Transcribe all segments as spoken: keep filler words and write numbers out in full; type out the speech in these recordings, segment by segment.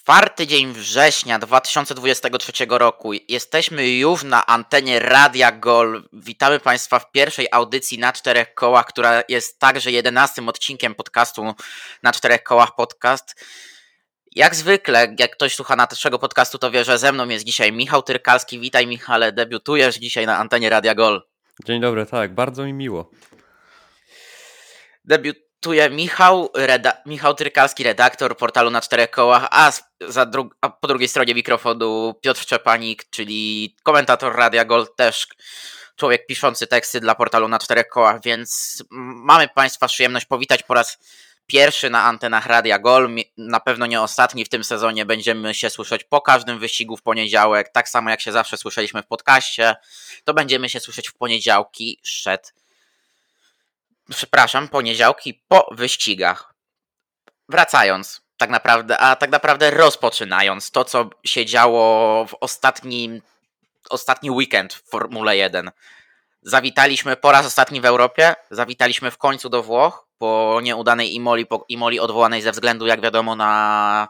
Czwarty dzień września dwa tysiące dwudziestego trzeciego roku. Jesteśmy już na antenie Radia Gol. Witamy Państwa w pierwszej audycji na czterech kołach, która jest także jedenastym odcinkiem podcastu na czterech kołach podcast. Jak zwykle, jak ktoś słucha naszego podcastu, to wie, że ze mną jest dzisiaj Michał Tyrkalski. Witaj, Michale, debiutujesz dzisiaj na antenie Radia Gol. Dzień dobry, tak, bardzo mi miło. Debiutuje Michał, reda- Michał Tyrkalski, redaktor portalu na czterech kołach, a, za dru- a po drugiej stronie mikrofonu Piotr Szczepanik, czyli komentator Radia Gol, też człowiek piszący teksty dla portalu na czterech kołach, więc mamy Państwa przyjemność powitać po raz pierwszy na antenach Radia Gol, na pewno nie ostatni w tym sezonie. Będziemy się słyszeć po każdym wyścigu w poniedziałek, tak samo jak się zawsze słyszeliśmy w podcaście, to będziemy się słyszeć w poniedziałki przed Przepraszam, poniedziałki po wyścigach. Wracając, tak naprawdę, a tak naprawdę rozpoczynając to, co się działo w ostatnim, ostatni weekend w Formule jeden. Zawitaliśmy po raz ostatni w Europie, zawitaliśmy w końcu do Włoch po nieudanej Imoli, po Imoli odwołanej ze względu, jak wiadomo, na,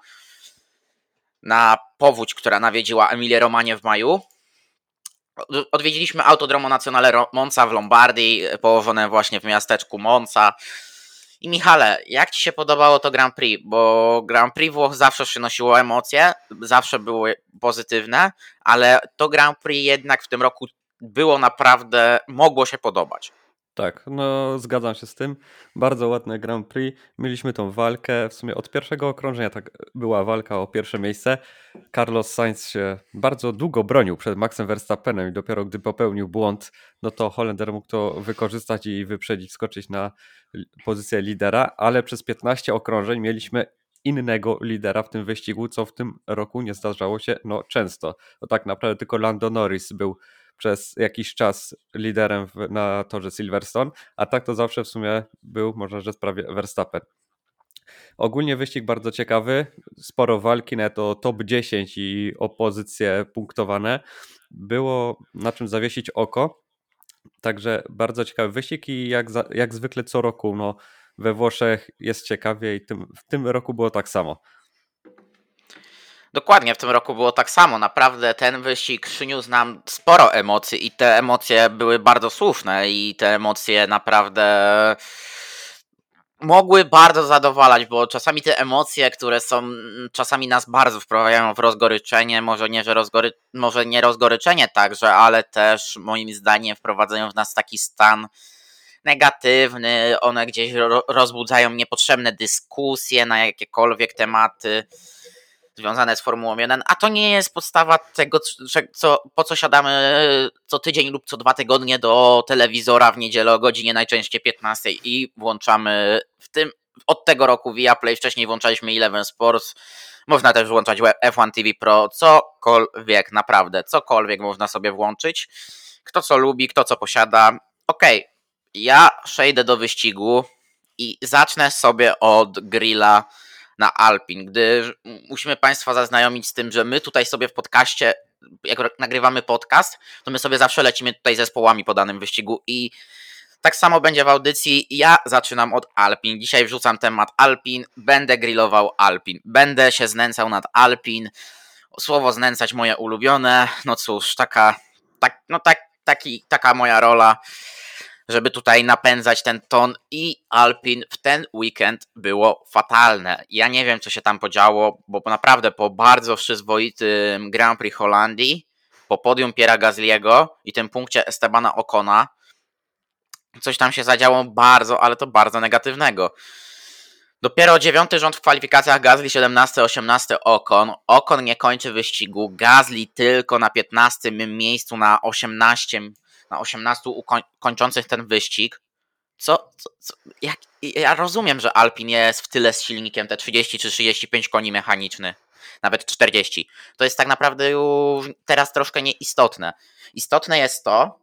na powódź, która nawiedziła Emilię Romagné w maju. Odwiedziliśmy Autodromo Nazionale Monza w Lombardii, położone właśnie w miasteczku Monza. I Michale, jak Ci się podobało to Grand Prix? Bo Grand Prix Włoch zawsze przynosiło emocje, zawsze były pozytywne, ale to Grand Prix jednak w tym roku było naprawdę, mogło się podobać. Tak, no zgadzam się z tym. Bardzo ładne Grand Prix. Mieliśmy tą walkę, w sumie od pierwszego okrążenia tak była walka o pierwsze miejsce. Carlos Sainz się bardzo długo bronił przed Maxem Verstappenem i dopiero gdy popełnił błąd, no to Holender mógł to wykorzystać i wyprzedzić, skoczyć na pozycję lidera, ale przez piętnaście okrążeń mieliśmy innego lidera w tym wyścigu, co w tym roku nie zdarzało się no często. To tak naprawdę tylko Lando Norris był przez jakiś czas liderem w, na torze Silverstone, a tak to zawsze w sumie był, można rzec, prawie Verstappen. Ogólnie wyścig bardzo ciekawy, sporo walki na to top dziesięć i o pozycje punktowane. Było na czym zawiesić oko, także bardzo ciekawy wyścig i jak, za, jak zwykle co roku no, we Włoszech jest ciekawie i tym, w tym roku było tak samo. Dokładnie, w tym roku było tak samo. Naprawdę ten wyścig przyniósł nam sporo emocji i te emocje były bardzo słuszne i te emocje naprawdę mogły bardzo zadowalać, bo czasami te emocje, które są, czasami nas bardzo wprawiają w rozgoryczenie, może nie, że rozgory, może nie rozgoryczenie także, ale też moim zdaniem wprowadzają w nas taki stan negatywny, one gdzieś rozbudzają niepotrzebne dyskusje na jakiekolwiek tematy związane z Formułą jeden, a to nie jest podstawa tego, co, po co siadamy co tydzień lub co dwa tygodnie do telewizora w niedzielę o godzinie najczęściej piętnastej i włączamy w tym, od tego roku Viaplay, wcześniej włączaliśmy Eleven Sports, można też włączać F jeden T V Pro, cokolwiek, naprawdę, cokolwiek można sobie włączyć, kto co lubi, kto co posiada. Okej, okay. Ja przejdę do wyścigu i zacznę sobie od grilla na Alpine, gdy musimy Państwa zaznajomić z tym, że my tutaj sobie w podcaście, jak nagrywamy podcast, to my sobie zawsze lecimy tutaj zespołami po danym wyścigu i tak samo będzie w audycji. Ja zaczynam od Alpine. Dzisiaj wrzucam temat Alpine, będę grillował Alpine, będę się znęcał nad Alpine. Słowo znęcać moje ulubione, no cóż, taka, tak, no tak, taki, taka moja rola, żeby tutaj napędzać ten ton i Alpine w ten weekend było fatalne. Ja nie wiem, co się tam podziało, bo naprawdę po bardzo przyzwoitym Grand Prix Holandii, po podium Pierre'a Gasly'ego i tym punkcie Estebana Ocona, coś tam się zadziało bardzo, ale to bardzo negatywnego. Dopiero dziewiąty rząd w kwalifikacjach Gasly, siedemnasty, osiemnasty Ocon. Ocon nie kończy wyścigu, Gasly tylko na piętnastym miejscu na osiemnastym na osiemnastu ukoń- kończących ten wyścig. Co, co, co jak, ja rozumiem, że Alpine jest w tyle z silnikiem te trzydzieści czy trzydzieści pięć koni mechanicznych, nawet czterdzieści. To jest tak naprawdę już teraz troszkę nieistotne. Istotne jest to,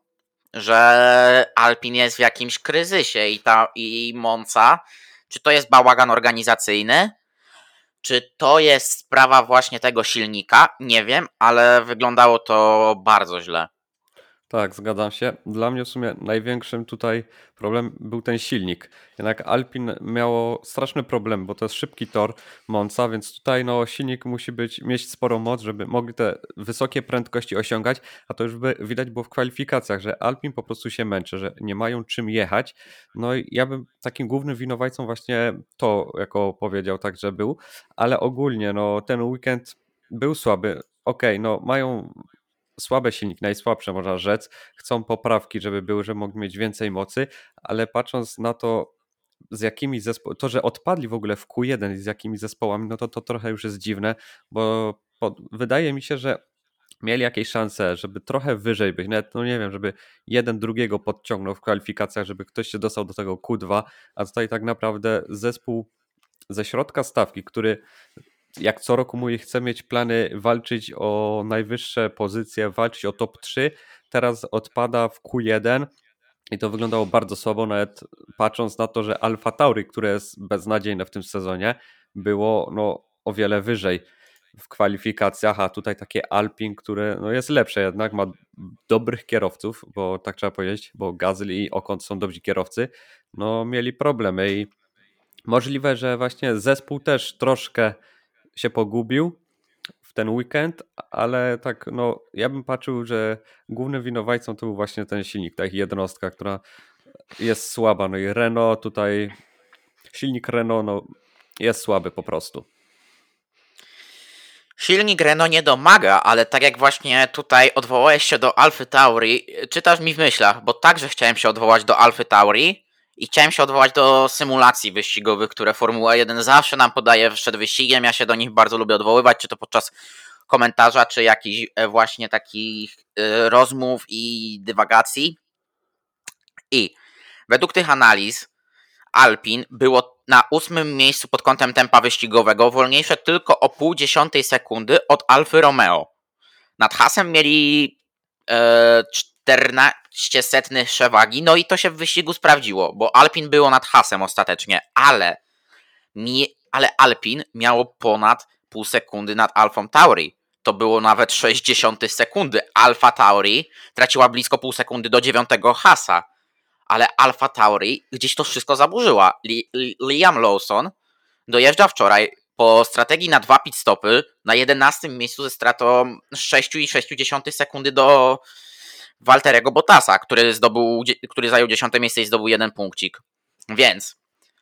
że Alpine jest w jakimś kryzysie i, ta, i Monza, czy to jest bałagan organizacyjny, czy to jest sprawa właśnie tego silnika, nie wiem, ale wyglądało to bardzo źle. Tak, zgadzam się. Dla mnie w sumie największym tutaj problem był ten silnik. Jednak Alpin miało straszny problem, bo to jest szybki tor Monza, więc tutaj no, silnik musi być, mieć sporą moc, żeby mogli te wysokie prędkości osiągać, a to już by widać było w kwalifikacjach, że Alpin po prostu się męczy, że nie mają czym jechać. No i ja bym takim głównym winowajcą właśnie to, jako powiedział, tak, że był, ale ogólnie no, ten weekend był słaby. Okej, no mają słabe silnik, najsłabsze można rzec. Chcą poprawki, żeby były, żeby mogli mieć więcej mocy, ale patrząc na to, z jakimi zespołami, to, że odpadli w ogóle w Q jeden i z jakimi zespołami, no to to trochę już jest dziwne, bo pod, wydaje mi się, że mieli jakieś szanse, żeby trochę wyżej być, nawet no nie wiem, żeby jeden drugiego podciągnął w kwalifikacjach, żeby ktoś się dostał do tego Q dwa, a tutaj tak naprawdę zespół ze środka stawki, który jak co roku mówi, chce mieć plany walczyć o najwyższe pozycje, walczyć o top trzy, teraz odpada w Q jeden i to wyglądało bardzo słabo, nawet patrząc na to, że Alfa Tauri, które jest beznadziejne w tym sezonie, było no, o wiele wyżej w kwalifikacjach, a tutaj takie Alpin, które no, jest lepsze jednak, ma dobrych kierowców, bo tak trzeba powiedzieć, bo Gasly i Ocon są dobrzy kierowcy, no mieli problemy i możliwe, że właśnie zespół też troszkę się pogubił w ten weekend, ale tak no ja bym patrzył, że głównym winowajcą to był właśnie ten silnik, ta ich jednostka, która jest słaba, no i Renault tutaj, silnik Renault no jest słaby po prostu. Silnik Renault nie domaga, ale tak jak właśnie tutaj odwołałeś się do Alfy Tauri, czytasz mi w myślach, bo także chciałem się odwołać do Alfy Tauri i chciałem się odwołać do symulacji wyścigowych, które Formuła jeden zawsze nam podaje przed wyścigiem. Ja się do nich bardzo lubię odwoływać, czy to podczas komentarza, czy jakichś właśnie takich rozmów i dywagacji. I według tych analiz Alpin było na ósmym miejscu pod kątem tempa wyścigowego, wolniejsze tylko o pół dziesiątej sekundy od Alfy Romeo. Nad Haasem mieli e, czternaście setnych przewagi, no i to się w wyścigu sprawdziło, bo Alpin było nad Haasem ostatecznie, ale, mi, ale Alpin miało ponad pół sekundy nad Alfą Tauri. To było nawet sześćdziesiąt sekundy. Alfa Tauri traciła blisko pół sekundy do dziewiątego Haasa. Ale Alfa Tauri gdzieś to wszystko zaburzyła. Liam Lawson dojeżdża wczoraj po strategii na dwa pit stopy na jedenastym miejscu ze stratą sześć przecinek sześć sekundy do Valtteriego Bottasa, który zdobył, który zajął dziesiąte miejsce i zdobył jeden punkcik. Więc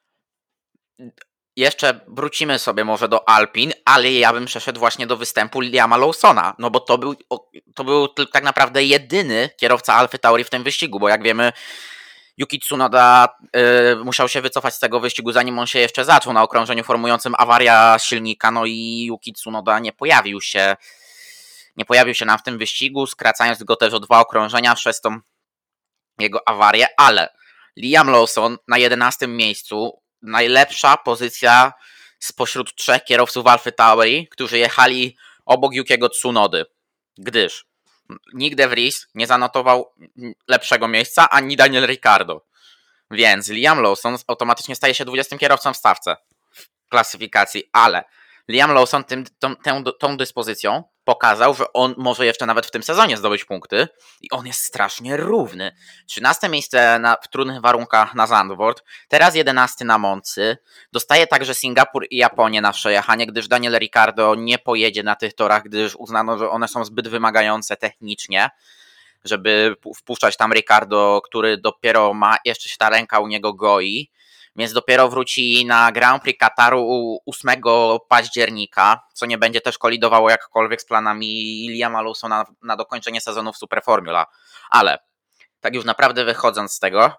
jeszcze wrócimy sobie może do Alpin, ale ja bym przeszedł właśnie do występu Liama Lawsona, no bo to był, to był tak naprawdę jedyny kierowca Alfy Tauri w tym wyścigu, bo jak wiemy Yuki Tsunoda y, musiał się wycofać z tego wyścigu, zanim on się jeszcze zaczął na okrążeniu formującym, awaria silnika, no i Yuki Tsunoda nie pojawił się nie pojawił się nam w tym wyścigu, skracając go też o dwa okrążenia przez tą jego awarię, ale Liam Lawson na jedenastym miejscu, najlepsza pozycja spośród trzech kierowców Alfy Tauri, którzy jechali obok Yukiego Tsunody, gdyż Nick De Vries nie zanotował lepszego miejsca, ani Daniel Ricciardo. Więc Liam Lawson automatycznie staje się dwudziestym kierowcą w stawce w klasyfikacji, ale Liam Lawson tym, tą, tą, tą dyspozycją pokazał, że on może jeszcze nawet w tym sezonie zdobyć punkty i on jest strasznie równy. trzynaste miejsce na, w trudnych warunkach na Zandvoort, teraz jedenasty na Moncy. Dostaje także Singapur i Japonię na przejechanie, gdyż Daniel Ricciardo nie pojedzie na tych torach, gdyż uznano, że one są zbyt wymagające technicznie, żeby wpuszczać tam Ricciardo, który dopiero ma, jeszcze się ta ręka u niego goi. Więc dopiero wróci na Grand Prix Kataru ósmego października, co nie będzie też kolidowało jakkolwiek z planami Liama Lawsona na, na dokończenie sezonu w Superformula. Ale tak już naprawdę wychodząc z tego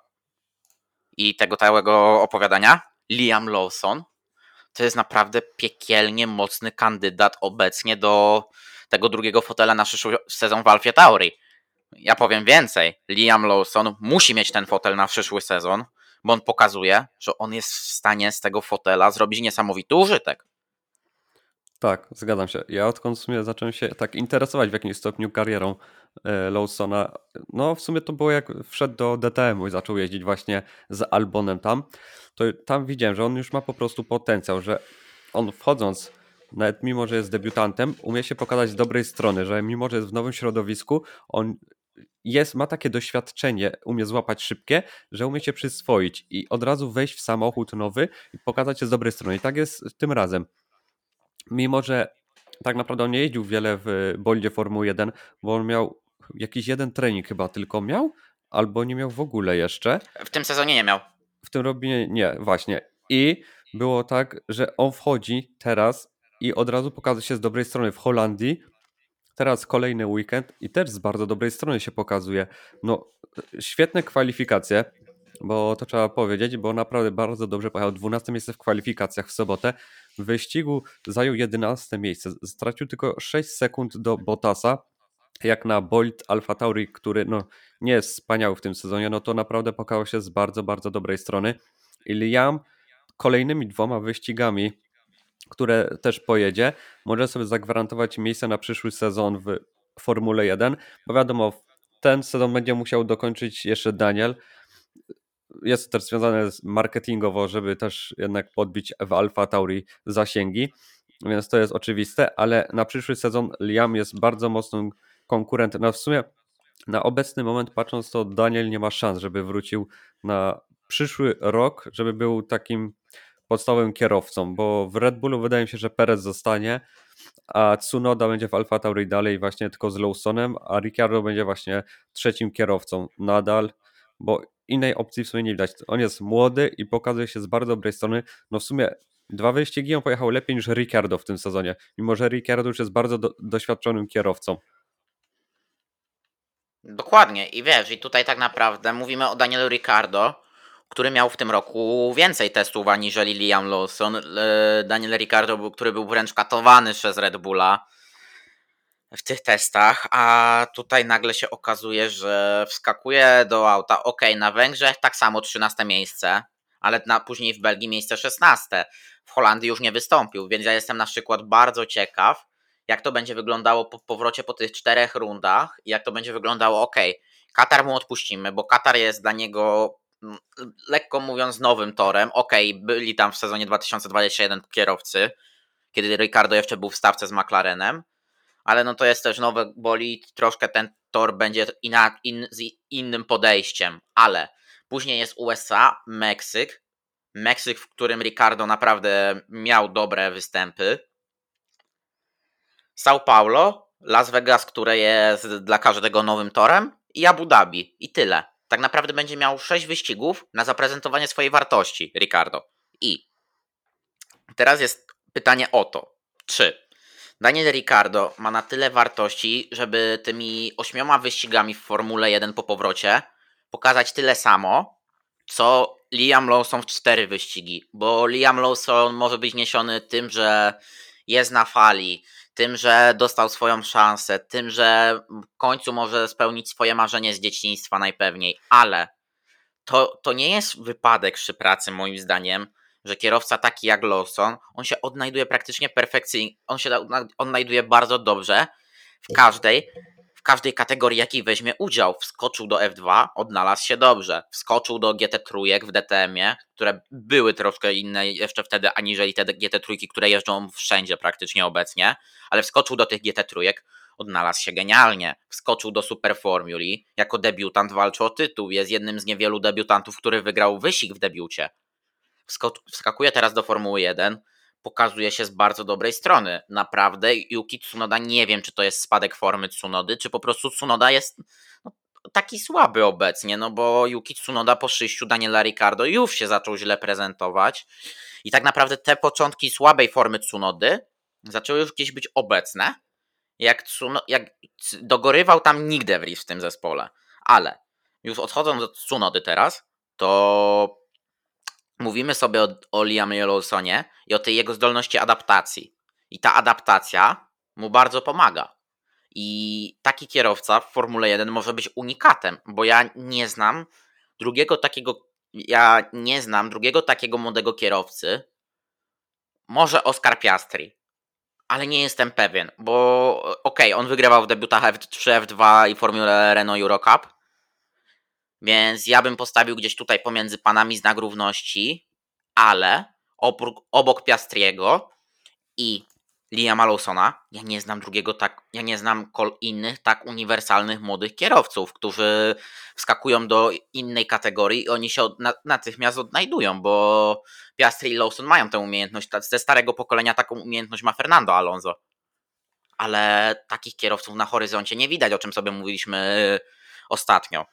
i tego całego opowiadania, Liam Lawson to jest naprawdę piekielnie mocny kandydat obecnie do tego drugiego fotela na przyszły sezon w Alfie Tauri. Ja powiem więcej, Liam Lawson musi mieć ten fotel na przyszły sezon, bo on pokazuje, że on jest w stanie z tego fotela zrobić niesamowity użytek. Tak, zgadzam się. Ja odkąd w sumie zacząłem się tak interesować w jakimś stopniu karierą e, Lawsona, no w sumie to było jak wszedł do D T M-u i zaczął jeździć właśnie z Albonem tam, to tam widziałem, że on już ma po prostu potencjał, że on wchodząc, nawet mimo, że jest debiutantem, umie się pokazać z dobrej strony, że mimo, że jest w nowym środowisku, on jest, ma takie doświadczenie, umie złapać szybkie, że umie się przyswoić i od razu wejść w samochód nowy i pokazać się z dobrej strony. I tak jest tym razem. Mimo że tak naprawdę on nie jeździł wiele w boldzie Formuły jeden, bo on miał jakiś jeden trening chyba tylko miał, albo nie miał w ogóle jeszcze. W tym sezonie nie miał. W tym robinie nie, właśnie. I było tak, że on wchodzi teraz i od razu pokazuje się z dobrej strony w Holandii. Teraz kolejny weekend i też z bardzo dobrej strony się pokazuje. No, świetne kwalifikacje, bo to trzeba powiedzieć, bo naprawdę bardzo dobrze pojechał. dwunaste miejsce w kwalifikacjach w sobotę. W wyścigu zajął jedenaste miejsce. Stracił tylko sześć sekund do Bottasa. Jak na Bolt Alfa Tauri, który no, nie jest wspaniały w tym sezonie, no to naprawdę pokazał się z bardzo, bardzo dobrej strony. I Liam kolejnymi dwoma wyścigami, które też pojedzie, może sobie zagwarantować miejsce na przyszły sezon w Formule jeden, bo wiadomo, ten sezon będzie musiał dokończyć jeszcze Daniel. Jest to też związane z marketingowo, żeby też jednak podbić w Alfa Tauri zasięgi, więc to jest oczywiste, ale na przyszły sezon Liam jest bardzo mocnym konkurentem. No w sumie na obecny moment patrząc, to Daniel nie ma szans, żeby wrócił na przyszły rok, żeby był takim podstawowym kierowcą, bo w Red Bullu wydaje mi się, że Perez zostanie, a Tsunoda będzie w Alfa Tauri dalej właśnie tylko z Lawsonem, a Ricciardo będzie właśnie trzecim kierowcą nadal, bo innej opcji w sumie nie widać. On jest młody i pokazuje się z bardzo dobrej strony. No w sumie dwa wyścigi on pojechał lepiej niż Ricciardo w tym sezonie, mimo że Ricciardo już jest bardzo do, doświadczonym kierowcą. Dokładnie i wiesz, i tutaj tak naprawdę mówimy o Danielu Ricciardo, który miał w tym roku więcej testów aniżeli Liam Lawson. Daniel Ricciardo, który był wręcz katowany przez Red Bulla w tych testach, a tutaj nagle się okazuje, że wskakuje do auta, ok, na Węgrzech tak samo trzynaste miejsce, ale na, później w Belgii miejsce szesnaste. W Holandii już nie wystąpił, więc ja jestem na przykład bardzo ciekaw, jak to będzie wyglądało po powrocie po tych czterech rundach i jak to będzie wyglądało, ok, Katar mu odpuścimy, bo Katar jest dla niego, lekko mówiąc, nowym torem. Ok, byli tam w sezonie dwa tysiące dwudziestym pierwszym kierowcy, kiedy Ricardo jeszcze był w stawce z McLarenem, ale no to jest też nowy bolid, troszkę ten tor będzie inna, in, z innym podejściem, ale później jest U S A, Meksyk, Meksyk, w którym Ricardo naprawdę miał dobre występy, São Paulo, Las Vegas, które jest dla każdego nowym torem i Abu Dhabi i tyle. Tak naprawdę będzie miał sześć wyścigów na zaprezentowanie swojej wartości Ricardo. I teraz jest pytanie o to, czy Daniel Ricciardo ma na tyle wartości, żeby tymi ośmioma wyścigami w Formule jeden po powrocie pokazać tyle samo, co Liam Lawson w cztery wyścigi. Bo Liam Lawson może być niesiony tym, że jest na fali, tym, że dostał swoją szansę, tym, że w końcu może spełnić swoje marzenie z dzieciństwa najpewniej, ale to, to nie jest wypadek przy pracy moim zdaniem, że kierowca taki jak Lawson, on się odnajduje praktycznie perfekcyjnie, on się odnajduje bardzo dobrze w każdej, w każdej kategorii, jakiej weźmie udział. Wskoczył do F dwa, odnalazł się dobrze. Wskoczył do G T trzy w D T M-ie, które były troszkę inne jeszcze wtedy, aniżeli te G T trzy, które jeżdżą wszędzie praktycznie obecnie, ale wskoczył do tych G T trzy, odnalazł się genialnie. Wskoczył do Super Formuli, jako debiutant walczy o tytuł. Jest jednym z niewielu debiutantów, który wygrał wyścig w debiucie. Wskakuje teraz do Formuły jeden, pokazuje się z bardzo dobrej strony. Naprawdę Yuki Tsunoda, nie wiem, czy to jest spadek formy Tsunody, czy po prostu Tsunoda jest no, taki słaby obecnie, no bo Yuki Tsunoda po przyjściu Daniela Ricciardo już się zaczął źle prezentować i tak naprawdę te początki słabej formy Tsunody zaczęły już gdzieś być obecne, jak, Tsuno, jak dogorywał tam nigdy w w tym zespole. Ale już odchodząc do Tsunody teraz, to mówimy sobie o, o Liamie Lawsonie i o tej jego zdolności adaptacji. I ta adaptacja mu bardzo pomaga. I taki kierowca w Formule jeden może być unikatem, bo ja nie znam drugiego takiego, ja nie znam drugiego takiego młodego kierowcy, może Oscar Piastri, ale nie jestem pewien, bo okej, okay, on wygrywał w debiutach F trzy, F dwa i Formule Renault Eurocup, więc ja bym postawił gdzieś tutaj pomiędzy panami znak równości, ale obok Piastriego i Liama Lawsona, ja nie znam drugiego tak, ja nie znam kol innych tak uniwersalnych młodych kierowców, którzy wskakują do innej kategorii i oni się od, na, natychmiast odnajdują, bo Piastri i Lawson mają tę umiejętność, ze starego pokolenia taką umiejętność ma Fernando Alonso. Ale takich kierowców na horyzoncie nie widać, o czym sobie mówiliśmy ostatnio.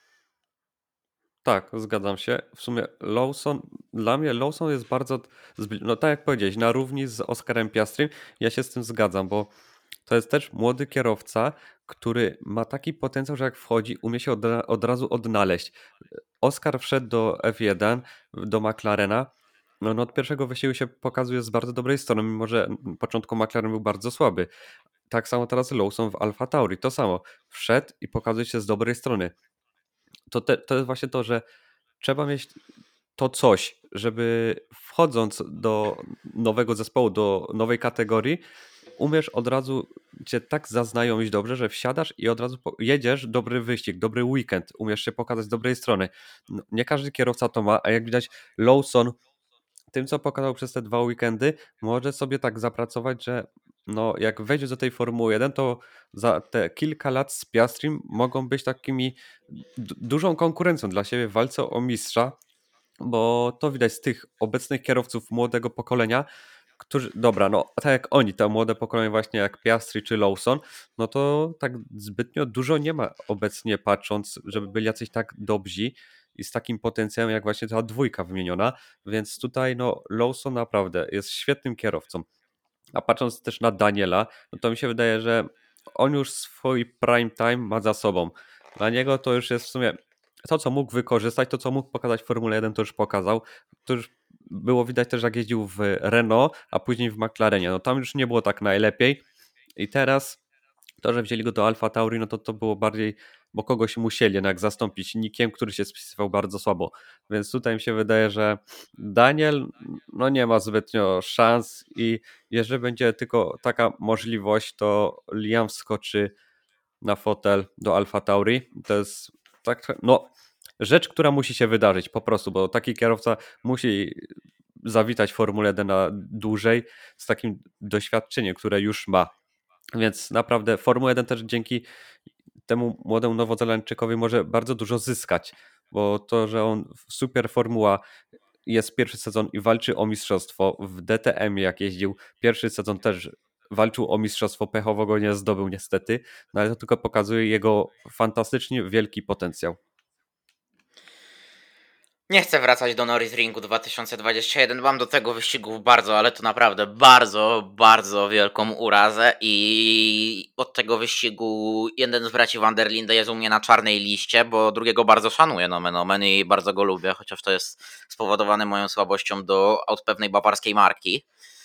Tak, zgadzam się. W sumie Lawson, dla mnie Lawson jest bardzo, no tak jak powiedziałeś, na równi z Oscarem Piastrim. Ja się z tym zgadzam, bo to jest też młody kierowca, który ma taki potencjał, że jak wchodzi, umie się od, od razu odnaleźć. Oscar wszedł do F jeden, do McLarena. No, no od pierwszego wyścigu się pokazuje z bardzo dobrej strony, mimo że na początku McLaren był bardzo słaby. Tak samo teraz Lawson w Alfa Tauri, to samo. Wszedł i pokazuje się z dobrej strony. To, te, to jest właśnie to, że trzeba mieć to coś, żeby wchodząc do nowego zespołu, do nowej kategorii, umiesz od razu cię tak zaznajomić dobrze, że wsiadasz i od razu jedziesz dobry wyścig, dobry weekend, umiesz się pokazać z dobrej strony. No, nie każdy kierowca to ma, a jak widać Lawson tym, co pokazał przez te dwa weekendy, może sobie tak zapracować, że no, jak wejdzie do tej Formuły jeden, to za te kilka lat z Piastrim mogą być takimi dużą konkurencją dla siebie w walce o mistrza, bo to widać z tych obecnych kierowców młodego pokolenia, którzy, dobra, no tak jak oni, to młode pokolenie właśnie jak Piastri czy Lawson, no to tak zbytnio dużo nie ma obecnie patrząc, żeby byli jacyś tak dobrzy i z takim potencjałem jak właśnie ta dwójka wymieniona, więc tutaj no Lawson naprawdę jest świetnym kierowcą. A patrząc też na Daniela, no to mi się wydaje, że on już swój prime time ma za sobą. Dla niego to już jest w sumie to, co mógł wykorzystać, to, co mógł pokazać w Formule jeden, to już pokazał. To już było widać też, jak jeździł w Renault, a później w McLarenie. No tam już nie było tak najlepiej. I teraz to, że wzięli go do Alfa Tauri, no to to było bardziej, bo kogoś musieli jednak zastąpić nikiem, który się spisywał bardzo słabo. Więc tutaj mi się wydaje, że Daniel no nie ma zbytnio szans i jeżeli będzie tylko taka możliwość, to Liam wskoczy na fotel do Alfa Tauri. To jest tak, no rzecz, która musi się wydarzyć po prostu, bo taki kierowca musi zawitać Formułę jeden na dłużej z takim doświadczeniem, które już ma. Więc naprawdę Formuła jeden też dzięki temu młodemu Nowozelandczykowi może bardzo dużo zyskać, bo to, że on w Super Formuła jest pierwszy sezon i walczy o mistrzostwo, w D T M jak jeździł pierwszy sezon też walczył o mistrzostwo, pechowo go nie zdobył niestety, no ale to tylko pokazuje jego fantastycznie wielki potencjał. Nie chcę wracać do Nürburgringu dwa tysiące dwudziestego pierwszego. Mam do tego wyścigów bardzo, ale to naprawdę bardzo, bardzo wielką urazę i od tego wyścigu jeden z braci Van der Linde jest u mnie na czarnej liście, bo drugiego bardzo szanuję, nomen omen, i bardzo go lubię, chociaż to jest spowodowane moją słabością do od pewnej bawarskiej marki.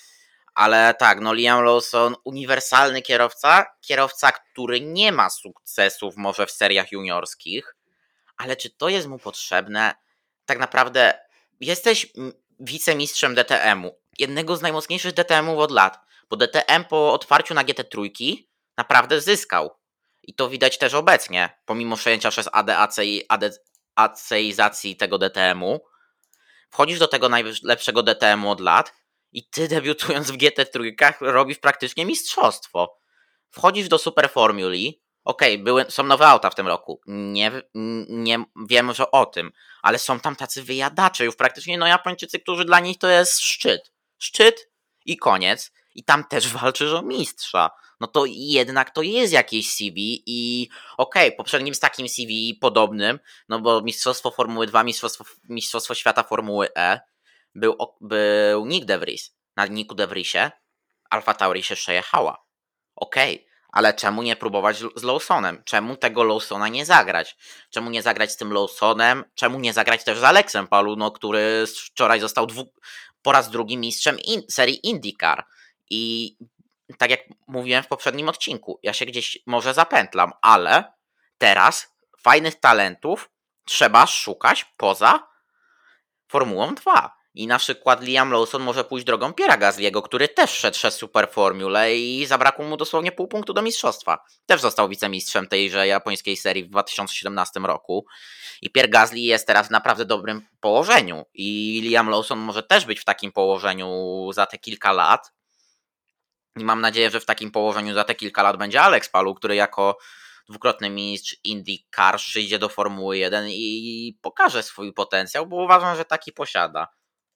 Ale tak, no Liam Lawson, uniwersalny kierowca, kierowca, który nie ma sukcesów może w seriach juniorskich, ale czy to jest mu potrzebne? Tak naprawdę jesteś wicemistrzem D T M-u, jednego z najmocniejszych D T M-ów od lat, bo D T M po otwarciu na G T trzy naprawdę zyskał. I to widać też obecnie, pomimo przejęcia przez A D A C i aceizacji tego D T M-u. Wchodzisz do tego najlepszego D T M-u od lat i ty debiutując w G T trzy robisz praktycznie mistrzostwo. Wchodzisz do Super Formuli, okej, okay, są nowe auta w tym roku, nie, nie wiem, że o tym, ale są tam tacy wyjadacze już praktycznie, no Japończycy, którzy dla nich to jest szczyt. Szczyt i koniec. I tam też walczysz o mistrza. No to jednak to jest jakieś C V i okej, okay, poprzednim z takim C V podobnym, no bo Mistrzostwo Formuły dwa, Mistrzostwo, Mistrzostwo Świata Formuły E był, był Nick de Vries. Na Nicku de Vriesie Alfa Tauri się przejechała. Okej, okay, ale czemu nie próbować z Lawsonem? Czemu tego Lawsona nie zagrać? Czemu nie zagrać z tym Lawsonem? Czemu nie zagrać też z Alexem Paluno, który wczoraj został dwu, po raz drugi mistrzem in, serii IndyCar? I tak jak mówiłem w poprzednim odcinku, ja się gdzieś może zapętlam, ale teraz fajnych talentów trzeba szukać poza Formułą dwa. I na przykład Liam Lawson może pójść drogą Pierre'a Gasly'ego, który też szedł przez Super Formule i zabrakło mu dosłownie pół punktu do mistrzostwa. Też został wicemistrzem tejże japońskiej serii w dwa tysiące siedemnastym roku. I Pierre Gasly jest teraz w naprawdę dobrym położeniu. I Liam Lawson może też być w takim położeniu za te kilka lat. I mam nadzieję, że w takim położeniu za te kilka lat będzie Alex Palou, który jako dwukrotny mistrz IndyCar przyjdzie do Formuły jeden i pokaże swój potencjał, bo uważam, że taki posiada.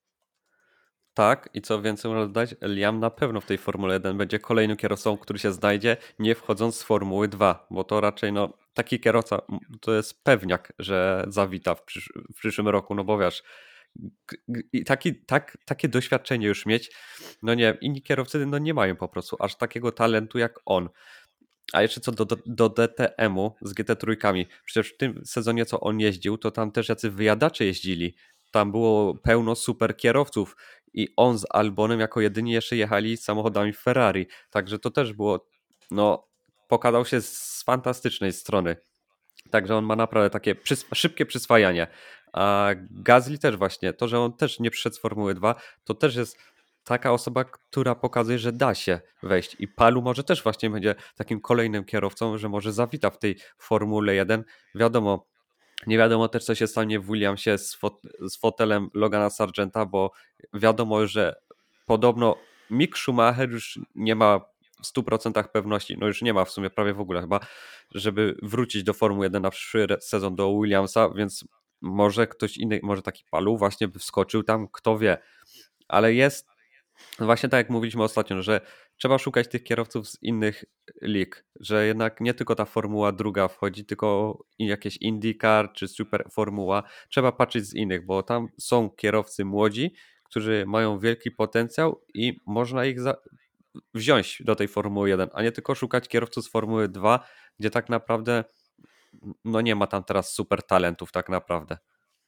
Tak, i co więcej można dodać, Liam na pewno w tej Formule jeden będzie kolejnym kierowcą, który się znajdzie, nie wchodząc z Formuły dwa, bo to raczej no, taki kierowca to jest pewniak, że zawita w, przysz w przyszłym roku, no bo wiesz, i taki, tak, takie doświadczenie już mieć, no nie, inni kierowcy no nie mają po prostu aż takiego talentu jak on. A jeszcze co do, do, do D T M-u z G T trzy, przecież w tym sezonie co on jeździł, to tam też jacy wyjadacze jeździli. Tam było pełno super kierowców i on z Albonem jako jedyni jeszcze jechali samochodami Ferrari. Także to też było, no, pokazał się z fantastycznej strony. Także on ma naprawdę takie przys szybkie przyswajanie. A Gasly też właśnie, to, że on też nie przyszedł z Formuły dwa, to też jest taka osoba, która pokazuje, że da się wejść. I Palu może też właśnie będzie takim kolejnym kierowcą, że może zawita w tej Formule jeden. Wiadomo, nie wiadomo też, co się stanie w Williamsie z, fot z fotelem Logana Sargenta, bo wiadomo, że podobno Mick Schumacher już nie ma w stu procentach pewności, no już nie ma w sumie prawie w ogóle chyba, żeby wrócić do Formuły jeden na przyszły sezon do Williamsa, więc może ktoś inny, może taki Palu właśnie by wskoczył tam, kto wie. Ale jest właśnie tak jak mówiliśmy ostatnio, że trzeba szukać tych kierowców z innych lig, że jednak nie tylko ta Formuła druga wchodzi, tylko jakieś IndyCar czy Super Formuła. Trzeba patrzeć z innych, bo tam są kierowcy młodzi, którzy mają wielki potencjał i można ich za wziąć do tej Formuły jeden, a nie tylko szukać kierowców z Formuły dwa, gdzie tak naprawdę no nie ma tam teraz super talentów tak naprawdę.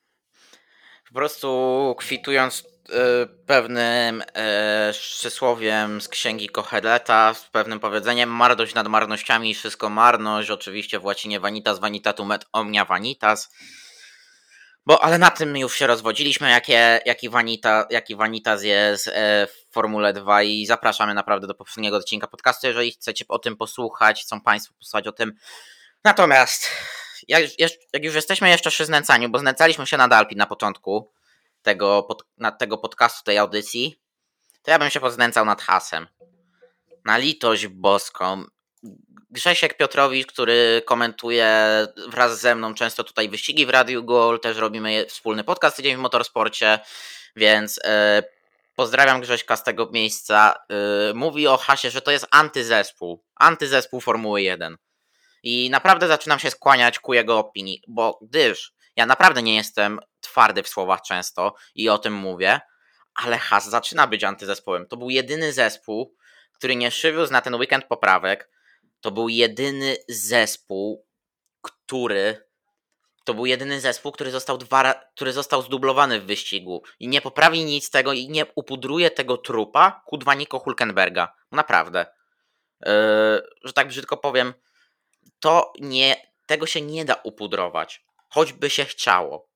Po prostu kwitując y, pewnym y, przysłowiem z księgi Koheleta, z pewnym powiedzeniem marność nad marnościami, wszystko marność, oczywiście w łacinie vanitas vanitatum et omnia vanitas. Bo, ale na tym już się rozwodziliśmy, jakie, jaki, vanita, jaki vanitas jest y, w Formule dwa i zapraszamy naprawdę do poprzedniego odcinka podcastu, jeżeli chcecie o tym posłuchać, chcą Państwo posłuchać o tym. Natomiast jak, jak już jesteśmy jeszcze przy znęcaniu, bo znęcaliśmy się nad Alpin na początku tego, pod, nad tego podcastu, tej audycji, to ja bym się poznęcał nad Hasem. Na litość boską. Grzesiek Piotrowicz, który komentuje wraz ze mną często tutaj wyścigi w Radiu Gol, też robimy wspólny podcast Tydzień w Motorsporcie, więc yy, pozdrawiam Grześka z tego miejsca. Yy, mówi o Hasie, że to jest antyzespół. Antyzespół Formuły jeden. I naprawdę zaczynam się skłaniać ku jego opinii, bo gdyż ja naprawdę nie jestem twardy w słowach często i o tym mówię, ale Haas zaczyna być antyzespołem. To był jedyny zespół, który nie przywiózł na ten weekend poprawek. To był jedyny zespół, który to był jedyny zespół, który został dwa, który został zdublowany w wyścigu i nie poprawi nic z tego i nie upudruje tego trupa Q dwa Nico Hülkenberga. Naprawdę. Yy, że tak brzydko powiem, to nie, tego się nie da upudrować, choćby się chciało.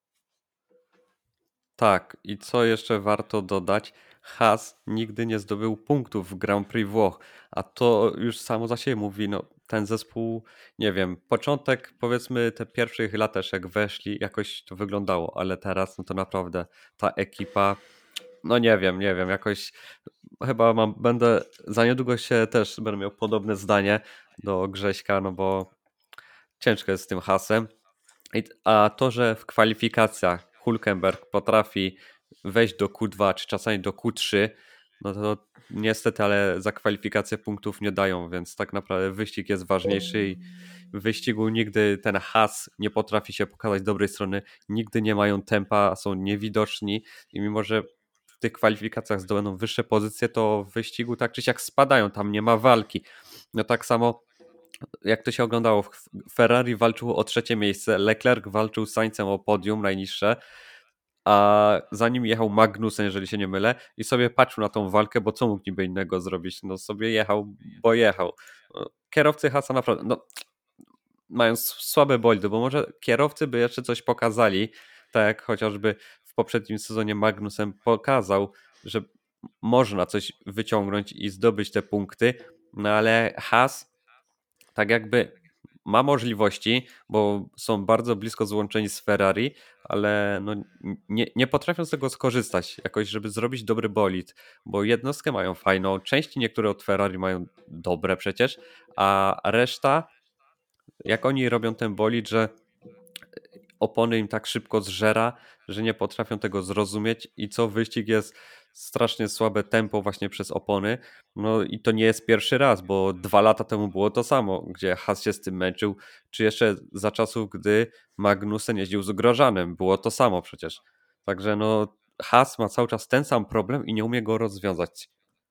Tak, i co jeszcze warto dodać, Haas nigdy nie zdobył punktów w Grand Prix Włoch, a to już samo za siebie mówi, no ten zespół, nie wiem, początek powiedzmy te pierwszych lat też jak weszli, jakoś to wyglądało, ale teraz no to naprawdę ta ekipa, no nie wiem, nie wiem, jakoś chyba mam, będę, za niedługo się też będę miał podobne zdanie do Grześka, no bo ciężko jest z tym Haasem. A to, że w kwalifikacjach Hülkenberg potrafi wejść do Q dwa, czy czasami do Q trzy, no to niestety, ale za kwalifikację punktów nie dają, więc tak naprawdę wyścig jest ważniejszy i w wyścigu nigdy ten Haas nie potrafi się pokazać dobrej strony, nigdy nie mają tempa, są niewidoczni i mimo, że w tych kwalifikacjach zdobędą wyższe pozycje, to w wyścigu tak czy siak spadają, tam nie ma walki. No tak samo jak to się oglądało, Ferrari walczyło o trzecie miejsce, Leclerc walczył z Saincem o podium najniższe, a za nim jechał Magnussen, jeżeli się nie mylę, i sobie patrzył na tą walkę, bo co mógł niby innego zrobić? No sobie jechał, bo jechał. Kierowcy Haasa naprawdę no, mają słabe bolidy, bo może kierowcy by jeszcze coś pokazali, tak jak chociażby w poprzednim sezonie Magnussen pokazał, że można coś wyciągnąć i zdobyć te punkty, no ale Haas tak jakby ma możliwości, bo są bardzo blisko złączeni z Ferrari, ale no nie, nie potrafią z tego skorzystać jakoś, żeby zrobić dobry bolid, bo jednostkę mają fajną, części niektóre od Ferrari mają dobre przecież, a reszta, jak oni robią ten bolid, że opony im tak szybko zżera, że nie potrafią tego zrozumieć i co wyścig jest strasznie słabe tempo właśnie przez opony. No i to nie jest pierwszy raz, bo dwa lata temu było to samo, gdzie Haas się z tym męczył, czy jeszcze za czasów, gdy Magnussen jeździł z Grosjeanem, było to samo przecież. Także no Haas ma cały czas ten sam problem i nie umie go rozwiązać.